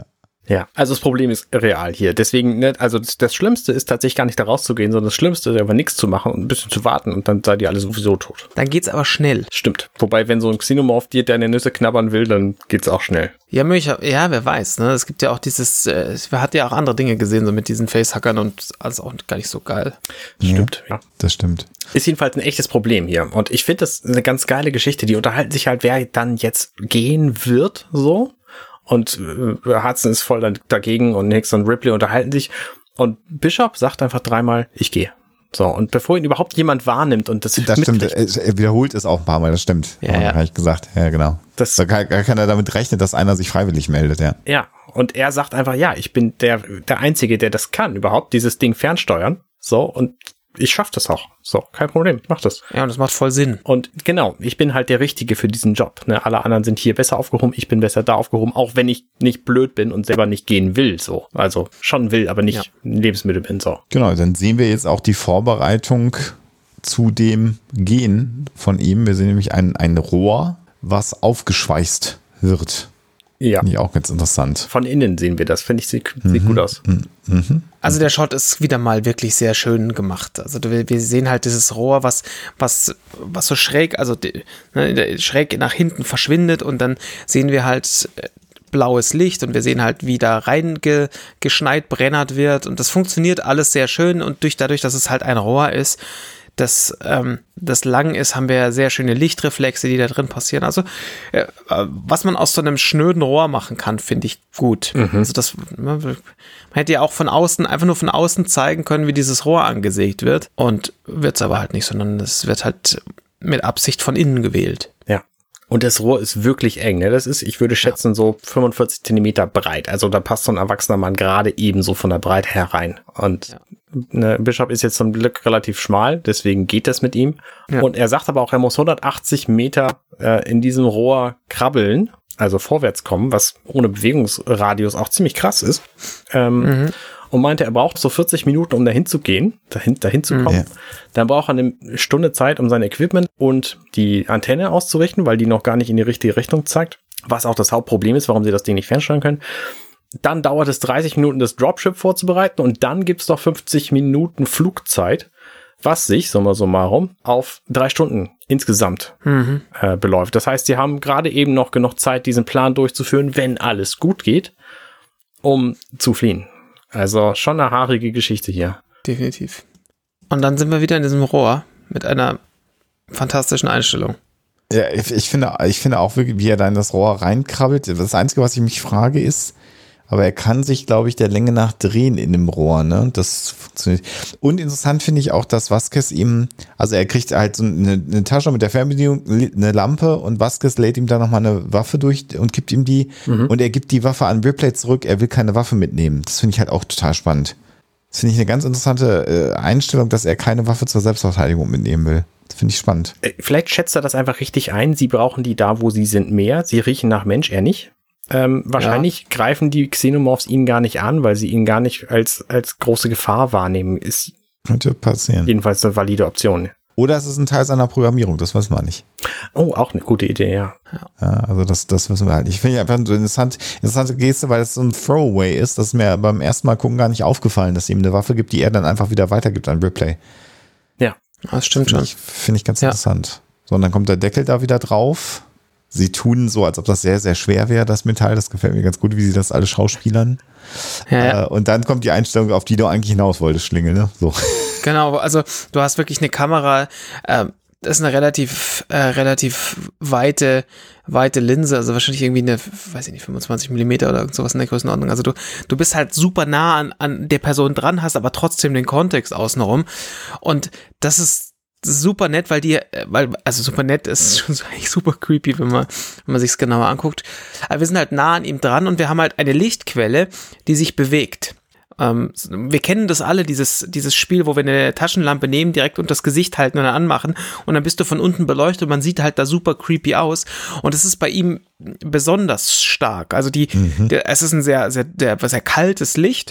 Ja, also das Problem ist real hier. Deswegen, ne, also das, das Schlimmste ist tatsächlich gar nicht da rauszugehen, sondern das Schlimmste ist einfach nichts zu machen und ein bisschen zu warten und dann seid ihr alle sowieso tot. Dann geht's aber schnell. Stimmt. Wobei, wenn so ein Xenomorph dir deine Nüsse knabbern will, dann geht's auch schnell. Ja, möglich, ja, wer weiß, ne? Es gibt ja auch dieses, äh, wir hatten ja auch andere Dinge gesehen, so mit diesen Facehackern und alles auch gar nicht so geil. Stimmt, ja. Das stimmt. Ist jedenfalls ein echtes Problem hier. Und ich finde das eine ganz geile Geschichte. Die unterhalten sich halt, wer dann jetzt gehen wird, so. Und äh, Hudson ist voll dann dagegen und Hicks und Ripley unterhalten sich. Und Bishop sagt einfach dreimal, ich gehe. So, und bevor ihn überhaupt jemand wahrnimmt und das Das stimmt, er wiederholt es auch ein paar Mal, das stimmt. Ja, ja. Habe ich gesagt, ja, genau. Das, da kann, kann er damit rechnen, dass einer sich freiwillig meldet, ja. Ja, und er sagt einfach, ja, ich bin der, der Einzige, der das kann, überhaupt, dieses Ding fernsteuern. So, und ich schaff das auch. So, kein Problem, ich mach das. Ja, und das macht voll Sinn. Und genau, ich bin halt der Richtige für diesen Job. Ne? Alle anderen sind hier besser aufgehoben, ich bin besser da aufgehoben, auch wenn ich nicht blöd bin und selber nicht gehen will. So, also schon will, aber nicht ja. Lebensmittel bin. So. Genau, dann sehen wir jetzt auch die Vorbereitung zu dem Gehen von ihm. Wir sehen nämlich ein, ein Rohr, was aufgeschweißt wird. Ja. Finde ich auch ganz interessant. Von innen sehen wir das, finde ich, sieht, sieht mhm. gut aus. Mhm. Also der Shot ist wieder mal wirklich sehr schön gemacht. Also wir, wir sehen halt dieses Rohr, was, was, was so schräg, also die, ne, schräg nach hinten verschwindet und dann sehen wir halt blaues Licht und wir sehen halt, wie da reingeschneit, brennert wird und das funktioniert alles sehr schön und durch, dadurch, dass es halt ein Rohr ist, das, ähm, das lang ist, haben wir ja sehr schöne Lichtreflexe, die da drin passieren. Also, äh, was man aus so einem schnöden Rohr machen kann, finde ich gut. Mhm. Also, das, man hätte ja auch von außen, einfach nur von außen zeigen können, wie dieses Rohr angesägt wird. Und wird es aber halt nicht, sondern es wird halt mit Absicht von innen gewählt. Ja. Und das Rohr ist wirklich eng, ne? Das ist, ich würde schätzen, ja. so fünfundvierzig Zentimeter breit. Also, da passt so ein erwachsener Mann gerade ebenso von der Breite herein. Und ja. Ne, Bishop ist jetzt zum Glück relativ schmal, deswegen geht das mit ihm. Ja. Und er sagt aber auch, er muss hundertachtzig Meter äh, in diesem Rohr krabbeln, also vorwärts kommen, was ohne Bewegungsradius auch ziemlich krass ist. Ähm, mhm. Und meinte, er braucht so vierzig Minuten, um dahin zu gehen, dahin, dahin zu kommen. Ja. Dann braucht er eine Stunde Zeit, um sein Equipment und die Antenne auszurichten, weil die noch gar nicht in die richtige Richtung zeigt. Was auch das Hauptproblem ist, warum sie das Ding nicht fernsteuern können. Dann dauert es dreißig Minuten, das Dropship vorzubereiten und dann gibt's noch fünfzig Minuten Flugzeit, was sich, summa summarum, auf drei Stunden insgesamt mhm. äh, beläuft. Das heißt, sie haben gerade eben noch genug Zeit, diesen Plan durchzuführen, wenn alles gut geht, um zu fliehen. Also schon eine haarige Geschichte hier. Definitiv. Und dann sind wir wieder in diesem Rohr mit einer fantastischen Einstellung. Ja, ich, ich finde, ich finde auch wirklich, wie er da in das Rohr reinkrabbelt. Das Einzige, was ich mich frage, ist, aber er kann sich, glaube ich, der Länge nach drehen in dem Rohr, ne? Das funktioniert. Und interessant finde ich auch, dass Vasquez ihm, also er kriegt halt so eine, eine Tasche mit der Fernbedienung, eine Lampe und Vasquez lädt ihm da nochmal eine Waffe durch und gibt ihm die mhm. und er gibt die Waffe an Ripley zurück, er will keine Waffe mitnehmen. Das finde ich halt auch total spannend. Das finde ich eine ganz interessante äh, Einstellung, dass er keine Waffe zur Selbstverteidigung mitnehmen will. Das finde ich spannend. Vielleicht schätzt er das einfach richtig ein, sie brauchen die da, wo sie sind, mehr. Sie riechen nach Mensch, er nicht. Ähm, wahrscheinlich ja. greifen die Xenomorphs ihn gar nicht an, weil sie ihn gar nicht als, als große Gefahr wahrnehmen. Ist könnte passieren. Jedenfalls eine valide Option. Oder es ist ein Teil seiner Programmierung, das weiß man nicht. Oh, auch eine gute Idee, ja. Ja, also das, das wissen wir halt nicht. Ich finde einfach eine interessant, interessante Geste, weil es so ein Throwaway ist. Das ist mir beim ersten Mal gucken gar nicht aufgefallen, dass sie ihm eine Waffe gibt, die er dann einfach wieder weitergibt an Ripley. Ja, das stimmt find schon. Ich, Finde ich ganz ja. interessant. So, und dann kommt der Deckel da wieder drauf. Sie tun so, als ob das sehr, sehr schwer wäre, das Metall. Das gefällt mir ganz gut, wie sie das alle schauspielern. Ja, ja. Äh, und dann kommt die Einstellung, auf die du eigentlich hinaus wolltest, Schlingel, ne? So. Genau, also du hast wirklich eine Kamera, äh, das ist eine relativ, äh, relativ weite, weite Linse, also wahrscheinlich irgendwie eine, weiß ich nicht, fünfundzwanzig Millimeter oder sowas in der Größenordnung. Also du, du bist halt super nah an, an der Person dran, hast aber trotzdem den Kontext außenrum. Und das ist super nett, weil die, weil, also super nett ist schon eigentlich super creepy, wenn man, wenn man sich's genauer anguckt. Aber wir sind halt nah an ihm dran und wir haben halt eine Lichtquelle, die sich bewegt. Ähm, wir kennen das alle, dieses, dieses Spiel, wo wir eine Taschenlampe nehmen, direkt unter das Gesicht halten und dann anmachen und dann bist du von unten beleuchtet und man sieht halt da super creepy aus und es ist bei ihm besonders stark. Also die, mhm. der, es ist ein sehr, sehr, sehr, sehr kaltes Licht.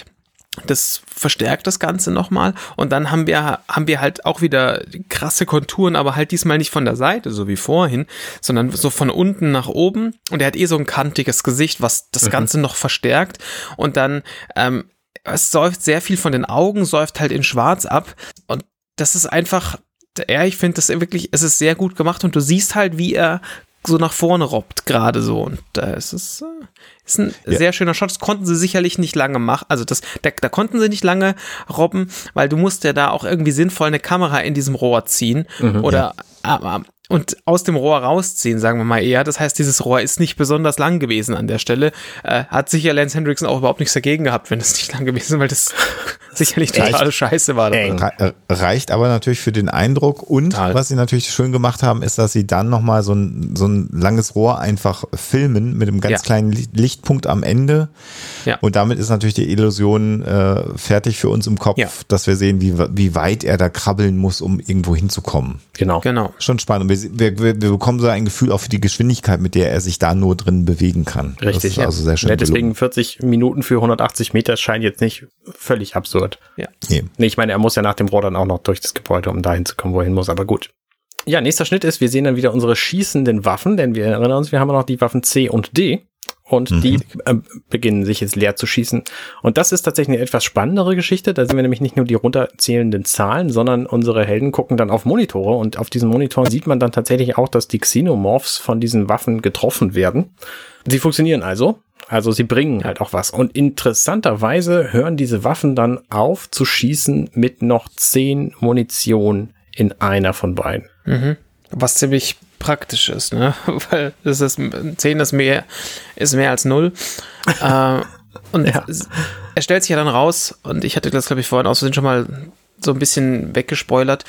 Das verstärkt das Ganze nochmal. Und dann haben wir, haben wir halt auch wieder krasse Konturen, aber halt diesmal nicht von der Seite, so wie vorhin, sondern so von unten nach oben. Und er hat eh so ein kantiges Gesicht, was das Ganze mhm. noch verstärkt. Und dann, ähm, es säuft sehr viel von den Augen, säuft halt in Schwarz ab. Und das ist einfach, ja, ich finde das wirklich, es ist sehr gut gemacht. Und du siehst halt, wie er so nach vorne robbt, gerade so. Und da äh, ist es äh, ist ein ja. sehr schöner Shot. Das konnten sie sicherlich nicht lange machen. Also das, da, da konnten sie nicht lange robben, weil du musst ja da auch irgendwie sinnvoll eine Kamera in diesem Rohr ziehen mhm, oder ja. äh, und aus dem Rohr rausziehen, sagen wir mal eher. Das heißt, dieses Rohr ist nicht besonders lang gewesen an der Stelle. Äh, hat sicher Lance Henriksen auch überhaupt nichts dagegen gehabt, wenn es nicht lang gewesen ist, weil das sicherlich totale Echt? Scheiße war. Re- reicht aber natürlich für den Eindruck. Und Total. Was sie natürlich schön gemacht haben, ist, dass sie dann nochmal so ein, so ein langes Rohr einfach filmen mit einem ganz ja. kleinen Lichtpunkt am Ende. Ja. Und damit ist natürlich die Illusion äh, fertig für uns im Kopf, ja. dass wir sehen, wie, wie weit er da krabbeln muss, um irgendwo hinzukommen. Genau. genau. Schon spannend. Und wir, wir, wir bekommen so ein Gefühl auch für die Geschwindigkeit, mit der er sich da nur drin bewegen kann. Richtig. Das ist also sehr schön. Ja, deswegen vierzig Minuten für hundertachtzig Meter scheint jetzt nicht völlig absurd. Ja. Nee. nee, ich meine, er muss ja nach dem Rohr dann auch noch durch das Gebäude, um dahin zu kommen, wo er hin muss, aber gut. Ja, nächster Schnitt ist, wir sehen dann wieder unsere schießenden Waffen, denn wir erinnern uns, wir haben noch die Waffen C und D. Und mhm. die äh, beginnen sich jetzt leer zu schießen. Und das ist tatsächlich eine etwas spannendere Geschichte. Da sehen wir nämlich nicht nur die runterzählenden Zahlen, sondern unsere Helden gucken dann auf Monitore. Und auf diesen Monitoren sieht man dann tatsächlich auch, dass die Xenomorphs von diesen Waffen getroffen werden. Sie funktionieren also. Also sie bringen halt auch was. Und interessanterweise hören diese Waffen dann auf zu schießen mit noch zehn Munition in einer von beiden. Mhm. Was ziemlich praktisch ist, ne? Weil das ist zehn ist mehr, ist mehr als null. äh, und ja. er stellt sich ja dann raus, und ich hatte das, glaube ich, vorhin aus Versehen schon mal so ein bisschen weggespoilert.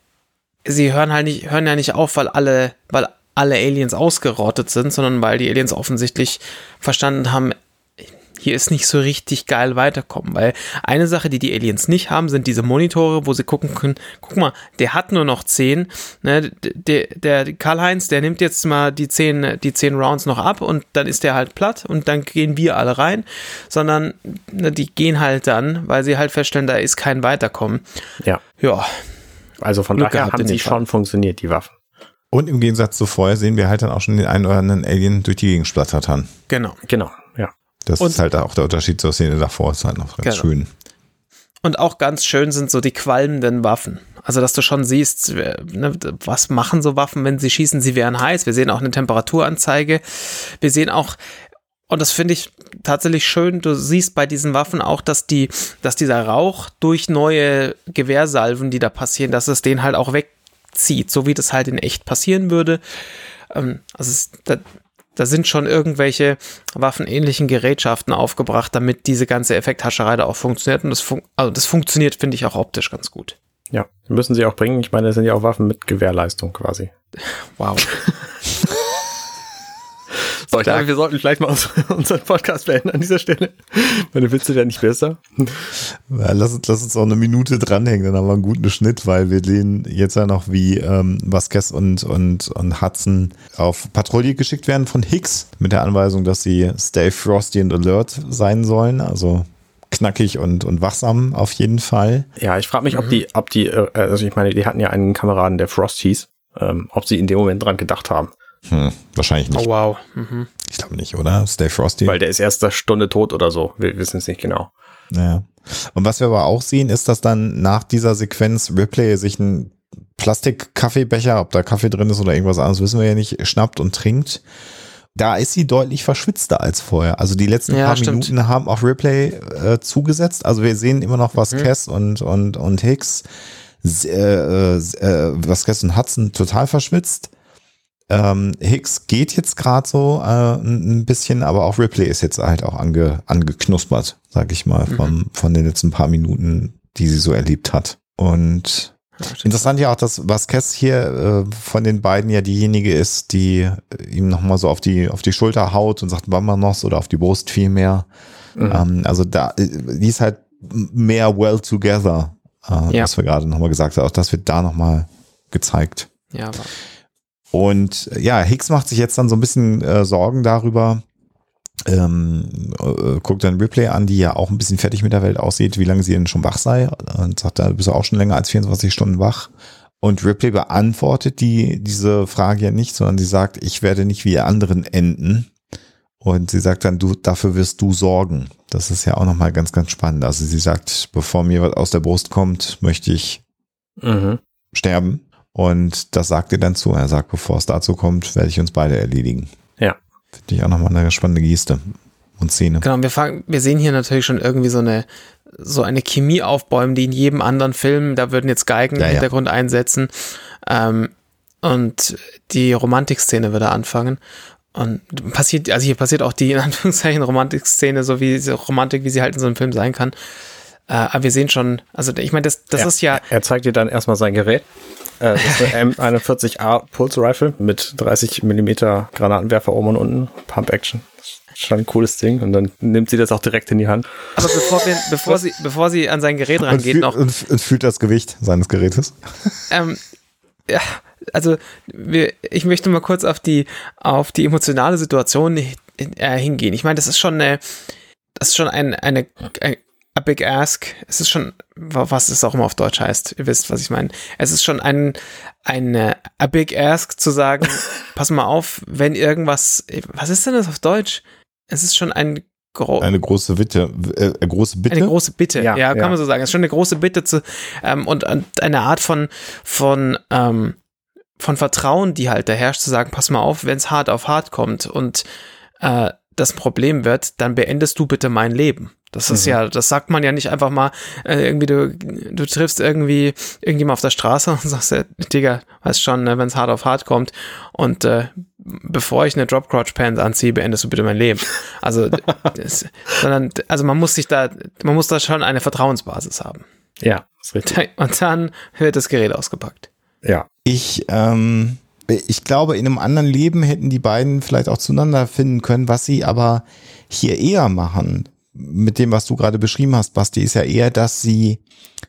Sie hören halt nicht, hören ja nicht auf, weil alle, weil alle Aliens ausgerottet sind, sondern weil die Aliens offensichtlich verstanden haben, hier ist nicht so richtig geil weiterkommen, weil eine Sache, die die Aliens nicht haben, sind diese Monitore, wo sie gucken können, guck mal, der hat nur noch zehn, ne, der, der Karl-Heinz, der nimmt jetzt mal die zehn, die zehn Rounds noch ab und dann ist der halt platt und dann gehen wir alle rein, sondern ne, die gehen halt dann, weil sie halt feststellen, da ist kein Weiterkommen. Ja. Ja. Also von Glück daher haben sie schon funktioniert, die Waffen. Und im Gegensatz zu vorher sehen wir halt dann auch schon den einen oder anderen Alien durch die Gegend splattern. Genau. Genau, ja. Das und ist halt auch der Unterschied zur Szene davor, ist halt noch ganz genau. schön. Und auch ganz schön sind so die qualmenden Waffen. Also, dass du schon siehst, ne, was machen so Waffen, wenn sie schießen, sie wären heiß. Wir sehen auch eine Temperaturanzeige. Wir sehen auch, und das finde ich tatsächlich schön, du siehst bei diesen Waffen auch, dass die, dass dieser Rauch durch neue Gewehrsalven, die da passieren, dass es den halt auch wegzieht, so wie das halt in echt passieren würde. Also, es, da, Da sind schon irgendwelche waffenähnlichen Gerätschaften aufgebracht, damit diese ganze Effekthascherei da auch funktioniert. Und das, fun- also das funktioniert, finde ich, auch optisch ganz gut. Ja, müssen sie auch bringen. Ich meine, das sind ja auch Waffen mit Gewährleistung quasi. Wow. So, ich glaube, wir sollten vielleicht mal unseren Podcast beenden an dieser Stelle. Meine Witze werden nicht besser. Ja, lass, uns, lass uns auch eine Minute dranhängen, dann haben wir einen guten Schnitt, weil wir sehen jetzt ja noch, wie ähm, Vasquez und, und, und Hudson auf Patrouille geschickt werden von Hicks mit der Anweisung, dass sie stay frosty and alert sein sollen, also knackig und, und wachsam auf jeden Fall. Ja, ich frage mich, mhm. ob die, ob die, also ich meine, die hatten ja einen Kameraden, der Frost hieß, ähm, ob sie in dem Moment dran gedacht haben. Hm, wahrscheinlich nicht. Oh wow. Mhm. Ich glaube nicht, oder? Stay Frosty. Weil der ist erst eine Stunde tot oder so. Wir wissen es nicht genau. Ja. Und was wir aber auch sehen, ist, dass dann nach dieser Sequenz Ripley sich einen Plastik-Kaffeebecher, ob da Kaffee drin ist oder irgendwas anderes, wissen wir ja nicht, schnappt und trinkt. Da ist sie deutlich verschwitzter als vorher. Also die letzten ja, paar stimmt. Minuten haben auch Ripley äh, zugesetzt. Also wir sehen immer noch Vasquez mhm. und, und, und Hicks, äh, äh, Vasquez und Hudson total verschwitzt. Ähm, Hicks geht jetzt gerade so äh, ein bisschen, aber auch Ripley ist jetzt halt auch ange, angeknuspert, sag ich mal, von, mhm. von den letzten paar Minuten, die sie so erlebt hat. Und ja, interessant ja auch, dass Vasquez hier äh, von den beiden ja diejenige ist, die ihm nochmal so auf die, auf die Schulter haut und sagt Vamonos oder auf die Brust vielmehr. Mhm. Ähm, also da, die ist halt mehr well together, äh, ja. was wir gerade nochmal gesagt haben. Auch das wird da nochmal gezeigt. Ja, aber Und ja, Hicks macht sich jetzt dann so ein bisschen äh, Sorgen darüber, ähm, äh, guckt dann Ripley an, die ja auch ein bisschen fertig mit der Welt aussieht, wie lange sie denn schon wach sei. Und sagt, da bist du auch schon länger als vierundzwanzig Stunden wach. Und Ripley beantwortet die diese Frage ja nicht, sondern sie sagt, ich werde nicht wie ihr anderen enden. Und sie sagt dann, du, dafür wirst du sorgen. Das ist ja auch nochmal ganz, ganz spannend. Also sie sagt, bevor mir was aus der Brust kommt, möchte ich mhm. sterben. Und das sagt ihr dann zu. Er sagt, bevor es dazu kommt, werde ich uns beide erledigen. Ja. Finde ich auch nochmal eine spannende Geste und Szene. Genau, wir fangen, wir sehen hier natürlich schon irgendwie so eine, so eine Chemie aufbäumen, die in jedem anderen Film, da würden jetzt Geigen ja, im ja. Hintergrund einsetzen. Ähm, und die Romantikszene würde anfangen. Und passiert, also hier passiert auch die, in Anführungszeichen, Romantikszene, so wie so Romantik, wie sie halt in so einem Film sein kann. Äh, aber wir sehen schon, also ich meine, das, das er, ist ja. Er zeigt dir dann erstmal sein Gerät. Äh, das ist eine M einundvierzig A Pulse Rifle mit dreißig Millimeter Granatenwerfer oben und unten. Pump Action. Schon ein cooles Ding. Und dann nimmt sie das auch direkt in die Hand. Aber bevor, wir, bevor, sie, bevor sie an sein Gerät rangeht, und, noch. Und, und fühlt das Gewicht seines Gerätes. Ähm, ja, also wir, ich möchte mal kurz auf die, auf die emotionale Situation äh, hingehen. Ich meine, das ist schon eine, das ist schon ein, eine, ein, a big ask. Es ist schon, was es auch immer auf Deutsch heißt. Ihr wisst, was ich meine. Es ist schon ein, eine a big ask zu sagen, pass mal auf, wenn irgendwas, was ist denn das auf Deutsch? Es ist schon ein Gro- eine große Bitte, äh, große Bitte. Eine große Bitte, ja, ja kann ja. man so sagen. Es ist schon eine große Bitte zu ähm, und, und eine Art von von ähm, von Vertrauen, die halt da herrscht, zu sagen, pass mal auf, wenn es hart auf hart kommt und äh, das ein Problem wird, dann beendest du bitte mein Leben. Das ist mhm. ja, das sagt man ja nicht einfach mal, äh, irgendwie du, du triffst irgendwie irgendjemand auf der Straße und sagst, ja, Digga, weißt schon, ne, wenn es hart auf hart kommt und äh, bevor ich eine Drop-Crotch-Pants anziehe, beendest du bitte mein Leben. Also, das, sondern, also man muss sich da, man muss da schon eine Vertrauensbasis haben. Ja, ist richtig. Und dann wird das Gerät ausgepackt. Ja. Ich, ähm, ich glaube, in einem anderen Leben hätten die beiden vielleicht auch zueinander finden können, was sie aber hier eher machen, mit dem, was du gerade beschrieben hast, Basti, ist ja eher, dass sie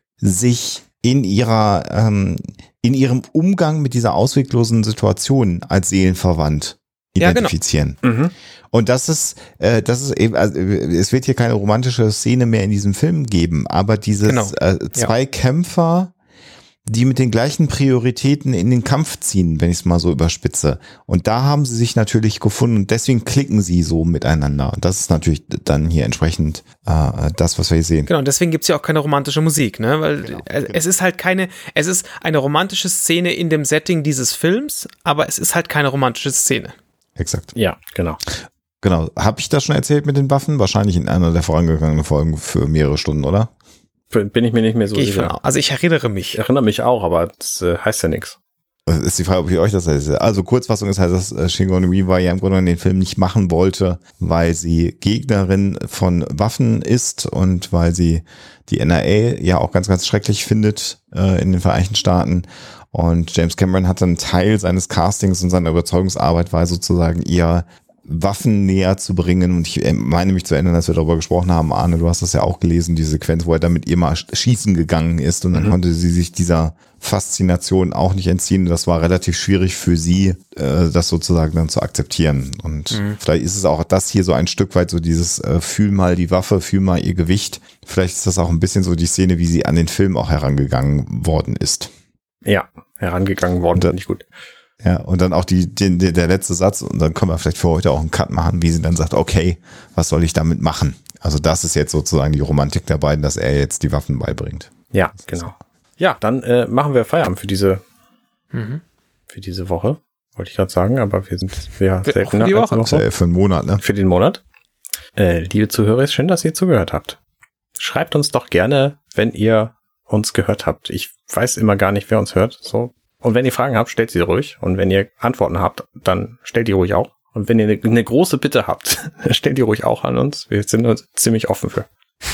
sich in ihrer, ähm, in ihrem Umgang mit dieser ausweglosen Situation als seelenverwandt identifizieren. Ja, genau. Mhm. Und das ist, äh, das ist eben, also, es wird hier keine romantische Szene mehr in diesem Film geben, aber dieses genau. äh, zwei ja. Kämpfer, die mit den gleichen Prioritäten in den Kampf ziehen, wenn ich es mal so überspitze. Und da haben sie sich natürlich gefunden und deswegen klicken sie so miteinander. Und das ist natürlich dann hier entsprechend äh, das, was wir hier sehen. Genau, und deswegen gibt's ja auch keine romantische Musik, ne? Weil genau, es genau. ist halt keine, es ist eine romantische Szene in dem Setting dieses Films, aber es ist halt keine romantische Szene. Exakt. Ja, genau. Genau. Habe ich das schon erzählt mit den Waffen? Wahrscheinlich in einer der vorangegangenen Folgen für mehrere Stunden, oder? Bin ich mir nicht mehr so Geh ich sicher. von, also ich erinnere mich. Ich erinnere mich auch, aber das äh, heißt ja nichts. Das ist die Frage, ob ich euch das erzähle. Also Kurzfassung ist halt, dass äh, Sigourney Weaver ja im Grunde genommen den Film nicht machen wollte, weil sie Gegnerin von Waffen ist und weil sie die N R A ja auch ganz, ganz schrecklich findet äh, in den Vereinigten Staaten. Und James Cameron hat dann Teil seines Castings und seiner Überzeugungsarbeit war sozusagen ihr Waffen näher zu bringen. Und ich meine mich zu erinnern, dass wir darüber gesprochen haben, Arne, du hast das ja auch gelesen, die Sequenz, wo er dann mit ihr mal schießen gegangen ist und dann mhm. konnte sie sich dieser Faszination auch nicht entziehen. Das war relativ schwierig für sie, äh, das sozusagen dann zu akzeptieren. Und mhm. vielleicht ist es auch das hier so ein Stück weit so dieses äh, fühl mal die Waffe, fühl mal ihr Gewicht. Vielleicht ist das auch ein bisschen so die Szene, wie sie an den Film auch herangegangen worden ist. Ja, herangegangen worden, finde ich gut. Ja, und dann auch die, die, der letzte Satz, und dann können wir vielleicht für heute auch einen Cut machen, wie sie dann sagt, okay, was soll ich damit machen? Also das ist jetzt sozusagen die Romantik der beiden, dass er jetzt die Waffen beibringt. Ja, genau. Ja, dann äh, machen wir Feierabend für diese mhm. für diese Woche, wollte ich gerade sagen, aber wir sind ja sehr für die Woche. Woche. Für einen Monat, ne? Für den Monat. Äh, liebe Zuhörer, ist schön, dass ihr zugehört habt. Schreibt uns doch gerne, wenn ihr uns gehört habt. Ich weiß immer gar nicht, wer uns hört, so. Und wenn ihr Fragen habt, stellt sie ruhig. Und wenn ihr Antworten habt, dann stellt die ruhig auch. Und wenn ihr eine, eine große Bitte habt, stellt die ruhig auch an uns. Wir sind uns ziemlich offen für.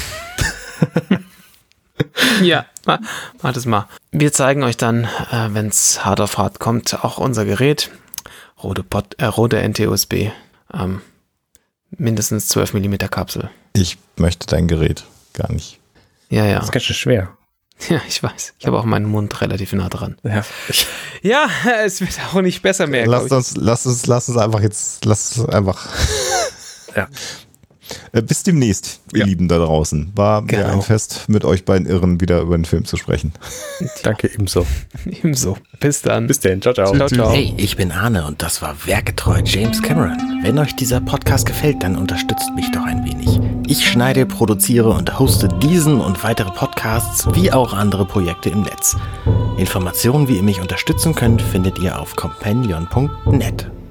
Ja, mach das mal. Wir zeigen euch dann, äh, wenn es hart auf hart kommt, auch unser Gerät. Rode, Pod, äh, Rode N T U S B. Ähm, mindestens zwölf Millimeter Kapsel. Ich möchte dein Gerät gar nicht. Ja, ja. Das ist ganz schön schwer. Ja, ich weiß. Ich habe auch meinen Mund relativ nah dran. Ja, ja, es wird auch nicht besser mehr. Lass uns, lass uns, lass uns einfach jetzt, lass uns einfach. Ja. Bis demnächst, ihr ja. Lieben da draußen. War mir Genau. ein Fest, mit euch beiden Irren wieder über den Film zu sprechen. Danke, ebenso. Ebenso. Bis dann. Bis dann. Ciao, ciao. Ciao, ciao. Hey, ich bin Arne und das war Werkgetreu James Cameron. Wenn euch dieser Podcast gefällt, dann unterstützt mich doch ein wenig. Ich schneide, produziere und hoste diesen und weitere Podcasts wie auch andere Projekte im Netz. Informationen, wie ihr mich unterstützen könnt, findet ihr auf companion punkt net.